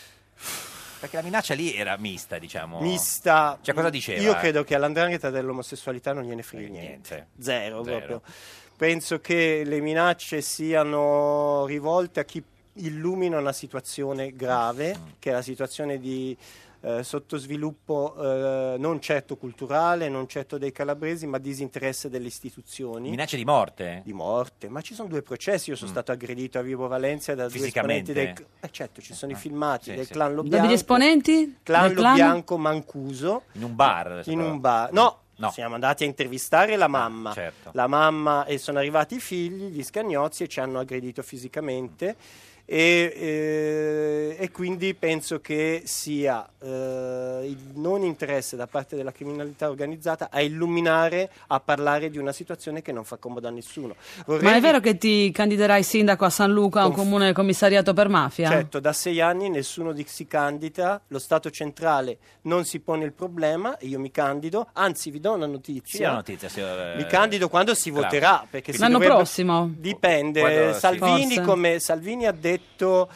Perché la minaccia lì era mista, diciamo. Mista. Cioè, cosa diceva? Io credo che all'andrangheta dell'omosessualità non gliene frega niente. Niente. Zero, Zero. proprio. Penso che le minacce siano rivolte a chi illumina una situazione grave, Mm. che è la situazione di eh, sottosviluppo eh, non certo culturale, non certo dei calabresi, ma disinteresse delle istituzioni. Minacce di morte? Di morte, ma ci sono due processi. Io sono stato aggredito a Vibo Valencia da due Fisicamente? esponenti del... Eh certo, ci sono i filmati Sì, del sì. clan Lo Dove Bianco. gli esponenti? Clan Del Lo clan? Bianco Mancuso. In un bar? In però. un bar. No, No. siamo andati a intervistare la mamma. certo. La mamma e sono arrivati i figli, gli scagnozzi, e ci hanno aggredito fisicamente. e, eh, e quindi penso che sia eh, il non interesse da parte della criminalità organizzata a illuminare, a parlare di una situazione che non fa comodo a nessuno. Vorrei Ma è vero che ti candiderai sindaco a San Luca, un Conf- comune commissariato per mafia? Certo, da sei anni nessuno di si candida, lo Stato centrale non si pone il problema, io mi candido, anzi vi do una notizia. Sì, la notizia, signor, Mi candido quando si Claudio. voterà, perché si L'anno dovrebbe- prossimo? Dipende. Quando si- Salvini, Forse. come Salvini ha detto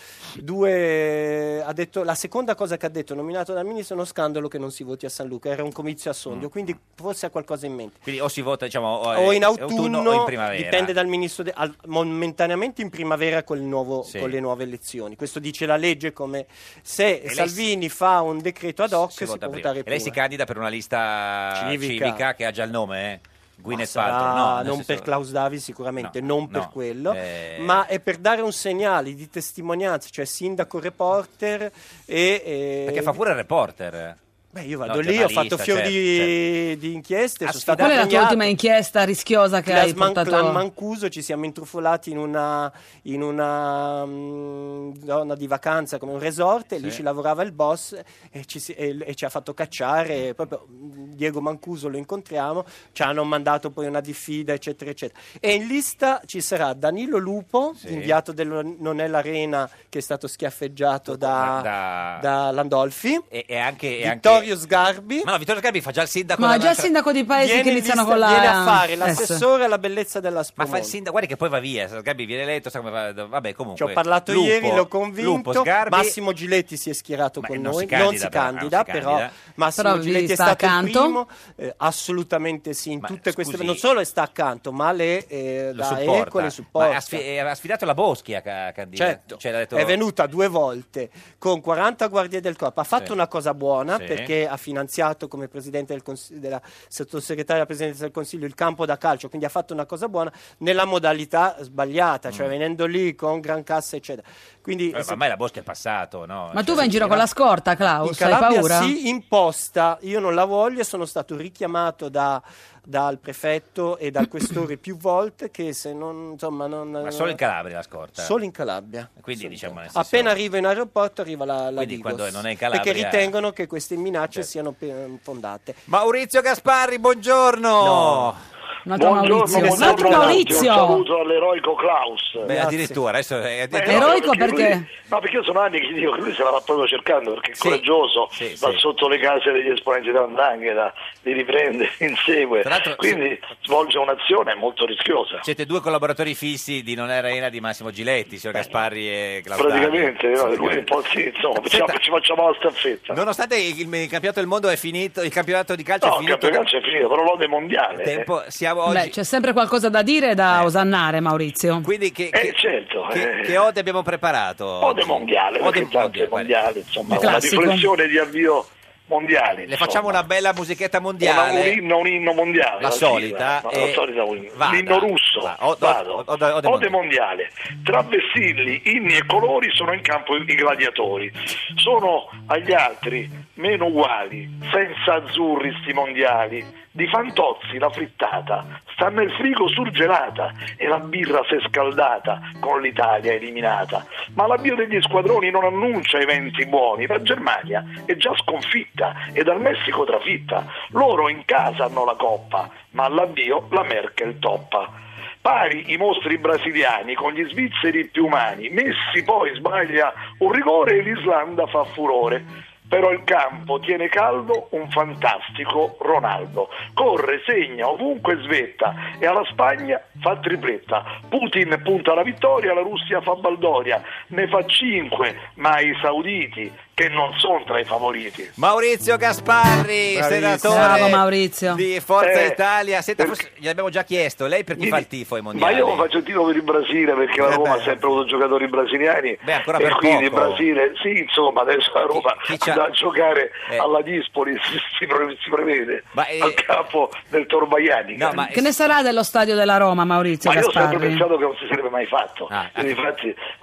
due ha detto la seconda cosa che ha detto, nominato dal ministro, è uno scandalo che non si voti a San Luca, era un comizio a Sondrio, Mm. quindi forse ha qualcosa in mente. Quindi o si vota, diciamo, o, O in eh, autunno, o in primavera. dipende dal ministro, de- al- momentaneamente in primavera col nuovo- Sì. con le nuove elezioni. Questo dice la legge, come se lei Salvini fa un decreto ad hoc si, vota può prima. votare E prima. lei si candida per una lista Civica. civica, che ha già il nome, eh? Ma Gwyneth sarà Paltrow, no? nel non senso- per Klaus Davis sicuramente, No, non per no. quello, Eh. ma è per dare un segnale di testimonianza, cioè sindaco reporter e... e- Perché fa pure il reporter. Beh, io vado No, lì, ho fatto giornalista, fior di, certo, di inchieste, sono stato Qual è la tua premiato. ultima inchiesta rischiosa che Clas hai Man- portato? Clan Mancuso, ci siamo intrufolati in una, in una mm, zona di vacanza come un resort e lì Sì. ci lavorava il boss e ci, si- e- e ci ha fatto cacciare, proprio mm, Diego Mancuso lo incontriamo, ci hanno mandato poi una diffida eccetera eccetera, e in lista ci sarà Danilo Lupo, Sì. inviato del Non è l'Arena, che è stato schiaffeggiato da, Da- da Landolfi, E, e anche, e anche- Vittorio Sgarbi. Ma no, Vittorio Sgarbi fa già il sindaco. Ma da già il un'altra- sindaco di paesi Viene che in iniziano lista- con la viene a fare S. l'assessore alla bellezza della Ma Spumoni. fa il sindaco, guarda che poi va via. Sgarbi viene eletto, sa come va. Vabbè, comunque. Ci ho parlato Lupo, ieri, l'ho convinto. Lupo, Sgarbi. Massimo Giletti si è schierato Ma con non noi, si candida, non si però, candida, non si però candida. Massimo Però vi Giletti è sta stato accanto? il primo, eh, assolutamente sì, in Ma tutte queste scusi, non solo sta accanto, ma le eh, Lo da supporta. eco le Ma supporta. ha, sfi- ha sfidato la Boschi a ca- candidare. Certo, Cioè, l'ha detto- è venuta due volte con quaranta guardie del corpo, ha fatto Sì. una cosa buona Sì. perché ha finanziato come presidente del Consiglio, della sottosegretaria della Presidenza del Consiglio il campo da calcio, quindi ha fatto una cosa buona nella modalità sbagliata, cioè venendo lì con gran cassa eccetera. Quindi Mm. Eh, ma ormai la Boschi è passato, no? Ma tu Cioè, vai in giro con la scorta, in Klaus? Hai Calabria paura? sì, imposta, io non la voglio, sono stato richiamato da- dal prefetto e dal questore più volte che se non, insomma, non... Ma solo in Calabria la scorta? Solo in Calabria. Quindi diciamo nel senso- Appena arrivo in aeroporto arriva la, la Quindi Digos, quando non è in Calabria- perché ritengono che queste minacce Certo. siano pe- fondate. Maurizio Gasparri, buongiorno. No. Un altro Maurizio. Un altro buongiorno, Maurizio. Un saluto all'eroico Klaus. Beh, addirittura adesso è Beh, addirittura- no, Eroico perché? lui- no, perché io sono anni che gli dico che lui se la va proprio cercando perché è Sì. coraggioso, Sì, va sì. sotto le case degli esponenti della 'ndrangheta, li riprende, li insegue, Tra l'altro, quindi svolge un'azione molto rischiosa. Siete due collaboratori fissi di Non è Arena di Massimo Giletti, signor Gasparri e Klaus Praticamente, Davi. no, lui un po' sì, insomma, Senta, ci, ci facciamo la staffetta. Nonostante il, il campionato del mondo è finito, il campionato di calcio No, è il finito. campionato è finito, però l'ode mondiale. eh. Tempo, siamo oggi. Beh, c'è sempre qualcosa da dire e da osannare, Maurizio. Quindi che, Eh, che, certo. che, eh. che ode abbiamo preparato? Ode oggi? mondiale, Ode perché tanto è mondiale, insomma, Il una classico. riflessione di avvio mondiale. Le insomma. facciamo una bella musichetta Una- mondiale. un inno, un inno mondiale. La sì, solita, va, e- la solita un- vada, l'inno russo. va, o- o- Vado. o- ode- ode Ode mondiale. mondiale. Tra vessilli, inni e colori sono in campo i gladiatori. Sono agli altri meno uguali, senza azzurri sti mondiali. Di Fantozzi la frittata sta nel frigo surgelata e la birra s'è scaldata con l'Italia eliminata. Ma l'avvio degli squadroni non annuncia eventi buoni. La Germania è già sconfitta e dal Messico trafitta. Loro in casa hanno la coppa, ma all'avvio la Merkel toppa. Pari i mostri brasiliani con gli svizzeri più umani. Messi poi sbaglia un rigore e l'Islanda fa furore. Però il campo tiene caldo un fantastico Ronaldo. Corre, segna, ovunque svetta e alla Spagna fa tripletta. Putin punta alla vittoria, la Russia fa baldoria. Ne fa cinque, ma i sauditi che non sono tra i favoriti. Maurizio Gasparri, Bravissimo. senatore Bravo, Maurizio. di Forza Eh, Italia. Senta, per- forse gliel'abbiamo già chiesto, lei per chi Mi- fa il tifo ai Ma mondiali? io faccio il tifo per il Brasile perché la Eh Roma beh. beh. ha sempre avuto giocatori brasiliani Beh, ancora e per quindi il poco. Brasile, sì, insomma, adesso la Roma Chi- chi c'ha- andrà a giocare Eh. alla Dispoli, si, si pre- si prevede, Ma, eh, al capo del Torbaiani. No, ma Che ne sarà dello stadio della Roma, Maurizio Ma io ho sempre Gasparri? pensato che non si sarebbe mai fatto. Ah, Quindi, infatti ho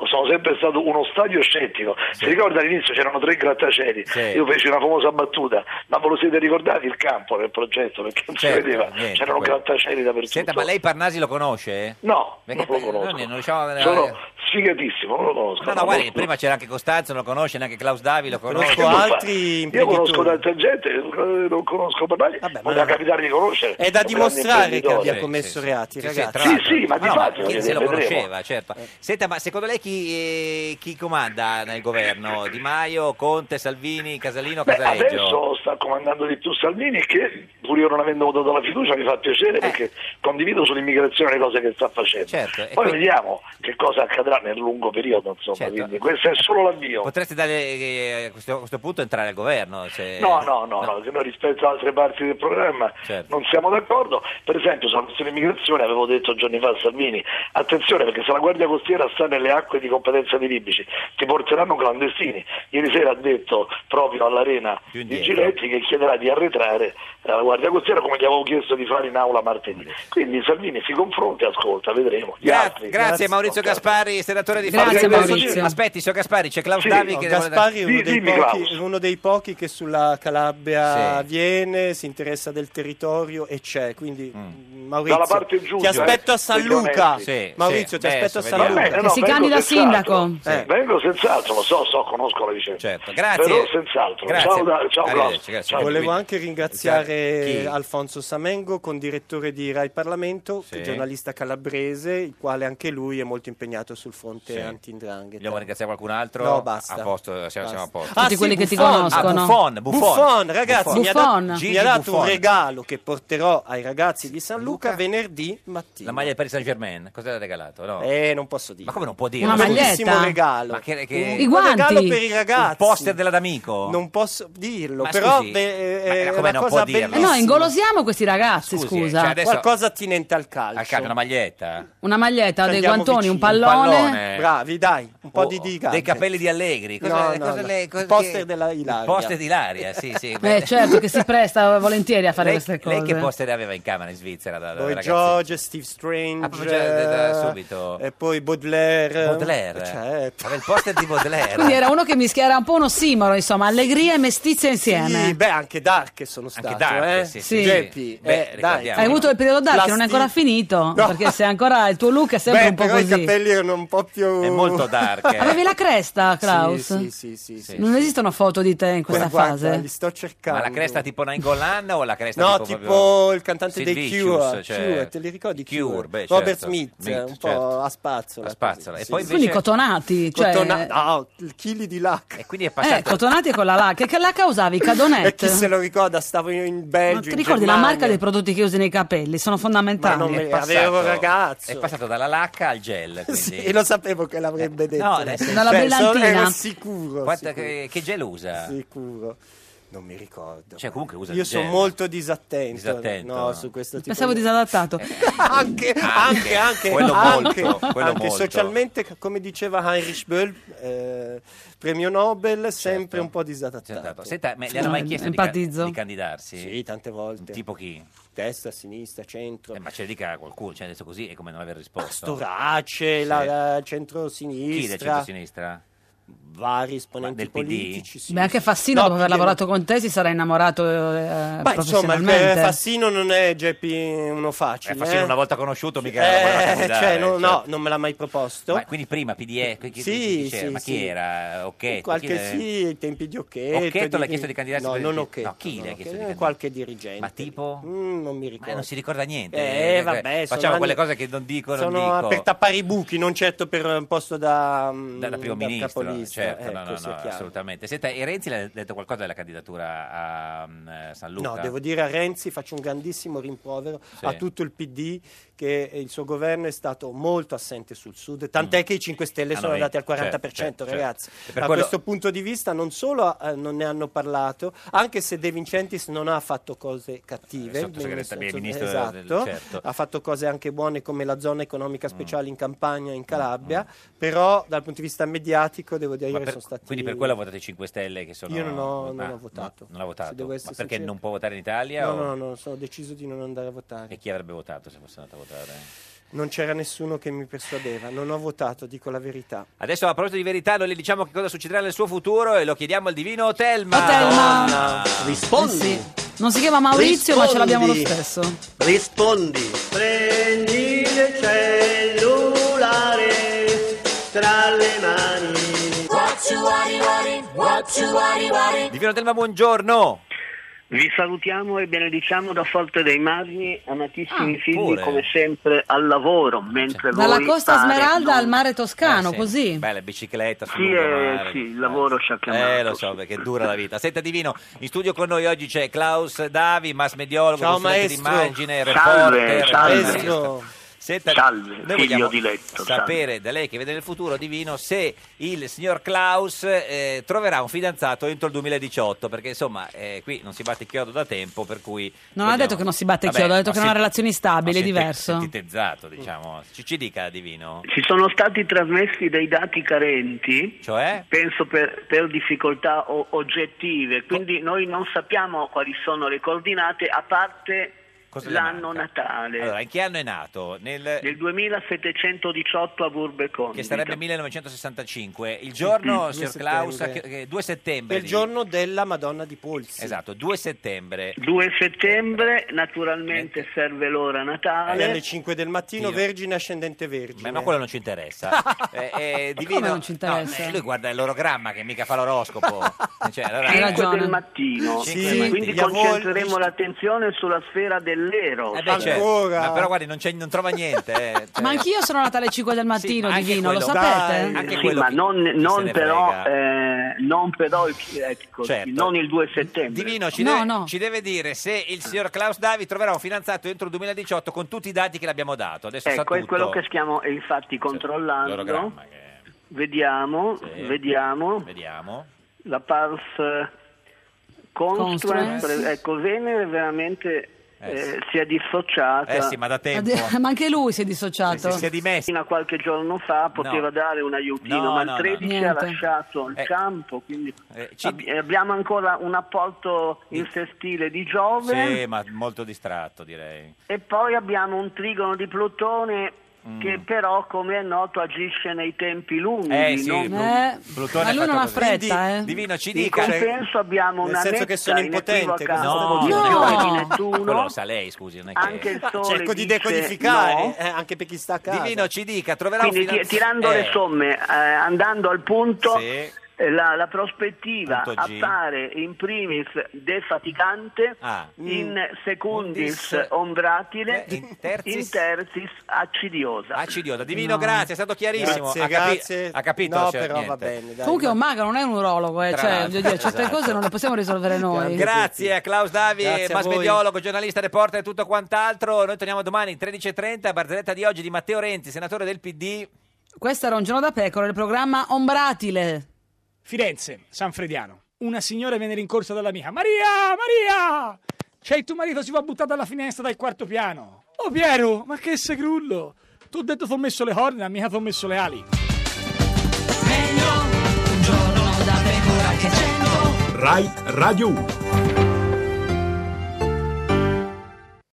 sono sempre stato uno stadio scettico. Sì. Si ricorda all'inizio c'erano tre grattacieli, Sì. io feci una famosa battuta, ma ve lo siete ricordati il campo del progetto? Perché non Certo, si vedeva, niente, c'erano quello. grattacieli dappertutto. Senta, ma lei Parnasi lo conosce? No, Perché non lo conosco. noi non riusciamo a- Sono sfigatissimo, non lo conosco. No, no, non guardi, lo- prima c'era anche Costanzo, non lo conosce, neanche Klaus Davi lo conosce. Io conosco tanta gente, eh, non conosco Parnasi, poteva capitare di conoscere. È da un grande dimostrare che imprenditore. abbia commesso reati, Sì, ragazzi. Sì, sì, ma di no, fatto chi se lo vedremo. conosceva, certo. Senta, ma secondo lei chi, eh, chi comanda nel governo? Di Maio, Conte, Salvini, Casalino, Beh, Casaleggio? adesso sta comandando di più Salvini, che pur io non avendo votato la fiducia mi fa piacere perché condivido sull'immigrazione le cose che sta facendo. Certo, e Poi qui- vediamo che cosa accadrà nel lungo periodo, insomma, Certo. quindi questo è solo l'avvio. Potreste dare eh, a questo, a questo punto entrare al governo? Se... No, no, no, no, che noi rispetto ad altre parti del programma Certo. non siamo d'accordo. Per esempio sulla questione immigrazione avevo detto giorni fa a Salvini, attenzione perché se la Guardia Costiera sta nelle acque di competenza dei libici ti porteranno clandestini. Ieri sera ha detto proprio all'Arena Più di indietro. Giletti che chiederà di arretrare alla Guardia Costiera come gli avevo chiesto di fare in aula martedì. Quindi Salvini si confronta e ascolta, vedremo. Gli Gra- altri. grazie Maurizio Gaspari, senatore di Grazie, Forza Italia. Maurizio. Aspetti, signor Gaspari, c'è Klaus Sì, Davi no, che Gaspari è uno, Di- dei dimmi, pochi, Klaus. uno dei pochi che sulla Calabria Sì. viene, si interessa del territorio e c'è, quindi Dalla Maurizio parte giusta, ti aspetto eh, a San degli Luca. onesti. Sì, Maurizio sì, ti aspetto adesso a San vediamo. Luca. Va bene, no, si vengo candida a senz'altro. sindaco. Eh, Vengo senz'altro, lo so, so, conosco la vicenda. Certo, grazie. Però senz'altro. Grazie. Ciao, da- ciao Arrivederci, Klaus. grazie. Ciao. Volevo Quindi- anche ringraziare Chi? Alfonso Samengo, condirettore di Rai Parlamento, Sì. giornalista calabrese, il quale anche lui è molto impegnato sul fronte Sì. anti-'ndrangheta. Vogliamo ringraziare qualcun altro? No, basta. A posto, siamo, siamo a posto. Tutti quelli che ti conoscono. Ah, Buffon, Buffon. Buffon, ragazzi, Buffon. mi ha, dat- Buffon. mi ha dato Buffon. un regalo che porterò ai ragazzi di San Luca, venerdì mattina. La maglia di Paris Saint Germain, cosa l'ha regalato? No? Eh, non posso dire. Ma come non può dire? Una Un bellissimo maglietta? regalo. Ma che- che- Un I guanti? regalo per i ragazzi. Un poster della D'Amico? Non posso dirlo, Ma però scusi, beh, ma è come una non cosa può dirlo? Eh bellissima. no, ingolosiamo questi ragazzi, Scusi, scusa. cioè adesso- Qualcosa attinente al calcio. Al calcio, una maglietta? Una maglietta, Ci dei andiamo guantoni, un vicino. pallone. Un pallone. Bravi, dai, un po' O- di di dei gadget. capelli di Allegri? Cosa, No, no, cosa no. le- cosa Il poster che- della Ilaria. Il poster di Ilaria, sì, sì. Eh, certo, che si presta volentieri a fare lei, queste cose. lei che poster aveva in camera in Svizzera? Da, da Poi ragazzino? George, Steve Strange, Ah, proprio già da- da subito. e poi Baudelaire. Baudelaire? Certo. Aveva il poster di Baudelaire. Quindi era uno che mischiava un po' un ossimoro, insomma, allegria e mestizia insieme. Sì, beh, anche Dark sono stato, Dark, eh. sì, sì. Geppi, Beh, eh, dai. ricordiamo. Hai avuto il periodo dark, La che non è sti- ancora finito, No. perché se ancora il tuo look è sempre Beh, un po' però così. i capelli erano un po' più... È molto dark. eh. Avevi la cresta, Klaus? Sì, sì, sì, sì, Non esistono foto di te in questa Guarda, fase? li sto cercando. Ma la cresta tipo Nainggolan o la cresta No, tipo tipo proprio- il cantante Sid dei Vicious, Cure, cioè- Cure, te li ricordi? Cure, beh, Robert certo. Smith, Smith, un po' certo. a spazzola. A spazzola. così, E sì, poi sì. Quindi invece- cotonati, cioè... Cotona- no, chili di lacca. E quindi è Eh, passato... cotonati con la lacca. Che lacca usavi? E Cadonette? chi se lo ricorda? Stavo io in Ma Belgio, ti in ricordi la Germania. marca dei prodotti che usi nei capelli? Sono Ma fondamentali. non me- È passato- avevo ragazzo. È passato dalla lacca al gel, quindi... Sì, e lo sapevo che l'avrebbe detto. no, nel senso- Dalla Cioè, brillantina. sono- ero sicuro. Quanta- sicuro. che, che gel usa? Sicuro. Non mi ricordo. Cioè, comunque usa Io il gel. sono molto disattento. Disattento. No, su questo tipo Pensavo di... disadattato. anche, anche, anche, Quello anche, molto, quello anche molto. socialmente, come diceva Heinrich Böll, eh, premio Nobel, sempre un po' disadattato. Senta, ma le hanno mai chiesto di, empatizzo. ca- di candidarsi? Sì, tante volte. Tipo chi? Destra, sinistra, centro. Eh, ma ce ne dica qualcuno, cioè adesso così è come non aver risposto. Storace, Sì. la, la Chi del centro-sinistra, centro-sinistra? vari esponenti del P D? politici. sì, Beh, anche sì. Fassino, No, dopo aver perché- lavorato con te, si sarà innamorato eh, Ma insomma, il professionalmente. Fassino non è Geppi uno facile. Eh, Fassino eh. una volta conosciuto mica la voleva Eh, candidare, cioè, no, no, certo. non me l'ha mai proposto. Ma quindi prima P D E, chi, chi- Sì, chi c'era? sì, ma chi sì. era? Occhetto? Qualche Chi era? sì, ai tempi di Occhetto. Occhetto l'ha chiesto di candidarsi No, per il non P D? Occhetto. No, chi le ha no, chiesto di che- candidarsi? Qualche dirigente. Ma tipo? Mm, non mi ricordo. Ma non si ricorda niente. Eh, vabbè, sono Facciamo quelle anni- cose che non dico, non Sono dico. per tappare i buchi, non certo per un posto da, mm, Da, da primo da ministro, capolista. certo, no, ecco, no, sia no, chiaro. assolutamente. Senta, e Renzi le ha detto qualcosa della candidatura a mm, San Luca? No, devo dire a Renzi faccio un grandissimo rimprovero Sì. a tutto il P D che il suo governo è stato molto assente sul sud, tant'è che i cinque Stelle Ah, sono no, andati al certo, quaranta per cento, certo, ragazzi. certo. E per Da quello- questo punto di vista non solo eh, non ne hanno parlato, anche se De Vincentis non ha fatto cose cattive, Eh, sottosegretario- nel senso- ministro esatto, del- certo. ha fatto cose anche buone come la zona economica speciale in Campania, Mm. in Calabria, però dal punto di vista mediatico devo dire Ma che per- sono stati... Quindi per quello ha votato i cinque Stelle che sono... Io non ho- non Ah, ho votato. no, non ha votato. Se devo Ma essere perché sincero. non può votare in Italia? No, o- no, no, sono deciso di non andare a votare. E chi avrebbe votato se fosse andato a votare? Non c'era nessuno che mi persuadeva, non ho votato, dico la verità. Adesso a proposito di verità noi le diciamo che cosa succederà nel suo futuro e lo chiediamo al divino Telma. Telma. Rispondi. Eh sì. Non si chiama Maurizio, ma ce l'abbiamo lo Rispondi. stesso. Rispondi. Prendi il cellulare tra le mani. Divino Telma, buongiorno. Vi salutiamo e benediciamo da Forte dei Marmi, amatissimi Ah, figli pure. come sempre al lavoro, mentre Dalla voi Costa pare Smeralda non- al mare Toscano, Eh, sì. così. Bella bicicletta sul Sì, lungomare. eh, sì, il lavoro ci ha chiamato. Eh, lo so, perché è dura la vita. Senta Divino, in studio con noi oggi c'è Klaus Davi, mass mediologo, Ciao, consulente maestro. d'immagine, Salve, reporter. salve. giornalista. Senta, Salve, noi figlio vogliamo diletto, sapere da lei che vede nel futuro, Divino, se il signor Klaus eh, troverà un fidanzato entro il duemiladiciotto, perché insomma eh, qui non si batte il chiodo da tempo, per cui... Non vogliamo- ha detto che non si batte il Vabbè, chiodo, ha detto ho che non ha senti- relazioni stabili, ho è senti- diverso. sintetizzato, diciamo. Ci, ci dica, Divino. Ci sono stati trasmessi dei dati carenti, Cioè? penso per, per difficoltà o- oggettive, quindi noi non sappiamo quali sono le coordinate a parte Cosa le l'anno manca? natale. Allora, in che anno è nato? Nel... Nel duemilasettecentodiciotto a Burbe Condita. Che sarebbe millenovecentosessantacinque. Il giorno, Mm, signor due Klaus, settembre. che- che- due settembre. Del di- giorno della Madonna di Polsi. Esatto, due settembre. due settembre, naturalmente serve l'ora natale. E alle cinque del mattino, Dio. vergine ascendente vergine. Ma no, quello non ci interessa. eh, eh, Divino, Come non ci interessa? no, eh, lui guarda l'orogramma che mica fa l'oroscopo. Cioè, allora- Hai cinque ragione. del mattino, Sì, quindi gli avvolti- concentreremo l'attenzione sulla sfera dell'ero. Eh beh, certo. Ancora? Ma però guardi, non, c'è, non trova niente. eh. Cioè- Ma anch'io sono nata alle cinque del mattino, ma anche Divino, lo quello- sapete? Dai. Anche Sì, quello ma chi- non, chi se non ne però, frega. eh, non però il, ecco, Certo. non il due settembre. Divino, ci, No, deve, no. ci deve dire se il signor Klaus Davi troverà un fidanzato entro il duemiladiciotto con tutti i dati che le abbiamo dato. Adesso sa Ecco, è tutto. quello che stiamo infatti controllando. L'orogramma che- Vediamo, Sì. vediamo. Vediamo. La Pars eh, Construens, Construens. ecco, Venere veramente Eh, eh, sì. si è dissociata. Eh sì, ma da tempo. Ma anche lui si è dissociato. Si, si è dimesso. Fino a qualche giorno fa poteva dare un aiutino, No, ma no, il no. tredici ha Niente. lasciato il Eh. campo, quindi Eh, ci- ab- abbiamo ancora un apporto in sestile di Giove Sì, ma molto distratto, direi. e poi abbiamo un trigono di Plutone Mm. che però, come è noto, agisce nei tempi lunghi. Eh sì, non- Eh, Plutone ma lui fatto non ha così. fretta, eh. Divino, ci In dica. compenso abbiamo Nel una senso netta che sono impotente, inequivoca cosa sta opposizione dicendo? di No. Nettuno. Quello lo sa lei, scusi, non è che... Anche il Sole Cerco di dice decodificare, no. eh, anche per chi sta a casa. Divino, ci dica, troverà un Quindi ti- fidanzato... tirando le Eh, somme, eh, andando al punto, Sì. eh, la, la prospettiva Punto G. appare in primis defaticante, Ah. in secundis Undis. ombratile, Eh, in terzis. in terzis accidiosa. Acidiosa. Divino, No. grazie, è stato chiarissimo. Grazie, ha, capi- grazie. ha capito? No, cioè, però niente. va bene. Dai, Comunque è va- un mago, non è un urologo, eh. Tra Cioè, l'altro, voglio dire, certe esatto. cose non le possiamo risolvere noi. Grazie a Klaus Davi, Grazie a mass voi. mediologo, giornalista, reporter e tutto quant'altro. Noi torniamo domani tredici e trenta, barzelletta di oggi di Matteo Renzi, senatore del P D. Questo era Un giorno da pecora, il programma Ombratile. Firenze, San Frediano. Una signora viene rincorsa dall'amica. Maria, Maria! C'è tuo marito, si va buttato dalla finestra dal quarto piano. Oh Piero, ma che segrullo! Tu ho detto ti ho messo le corna, mica ti ho messo le ali. Meglio un giorno da pecora che cento. Rai Radio uno.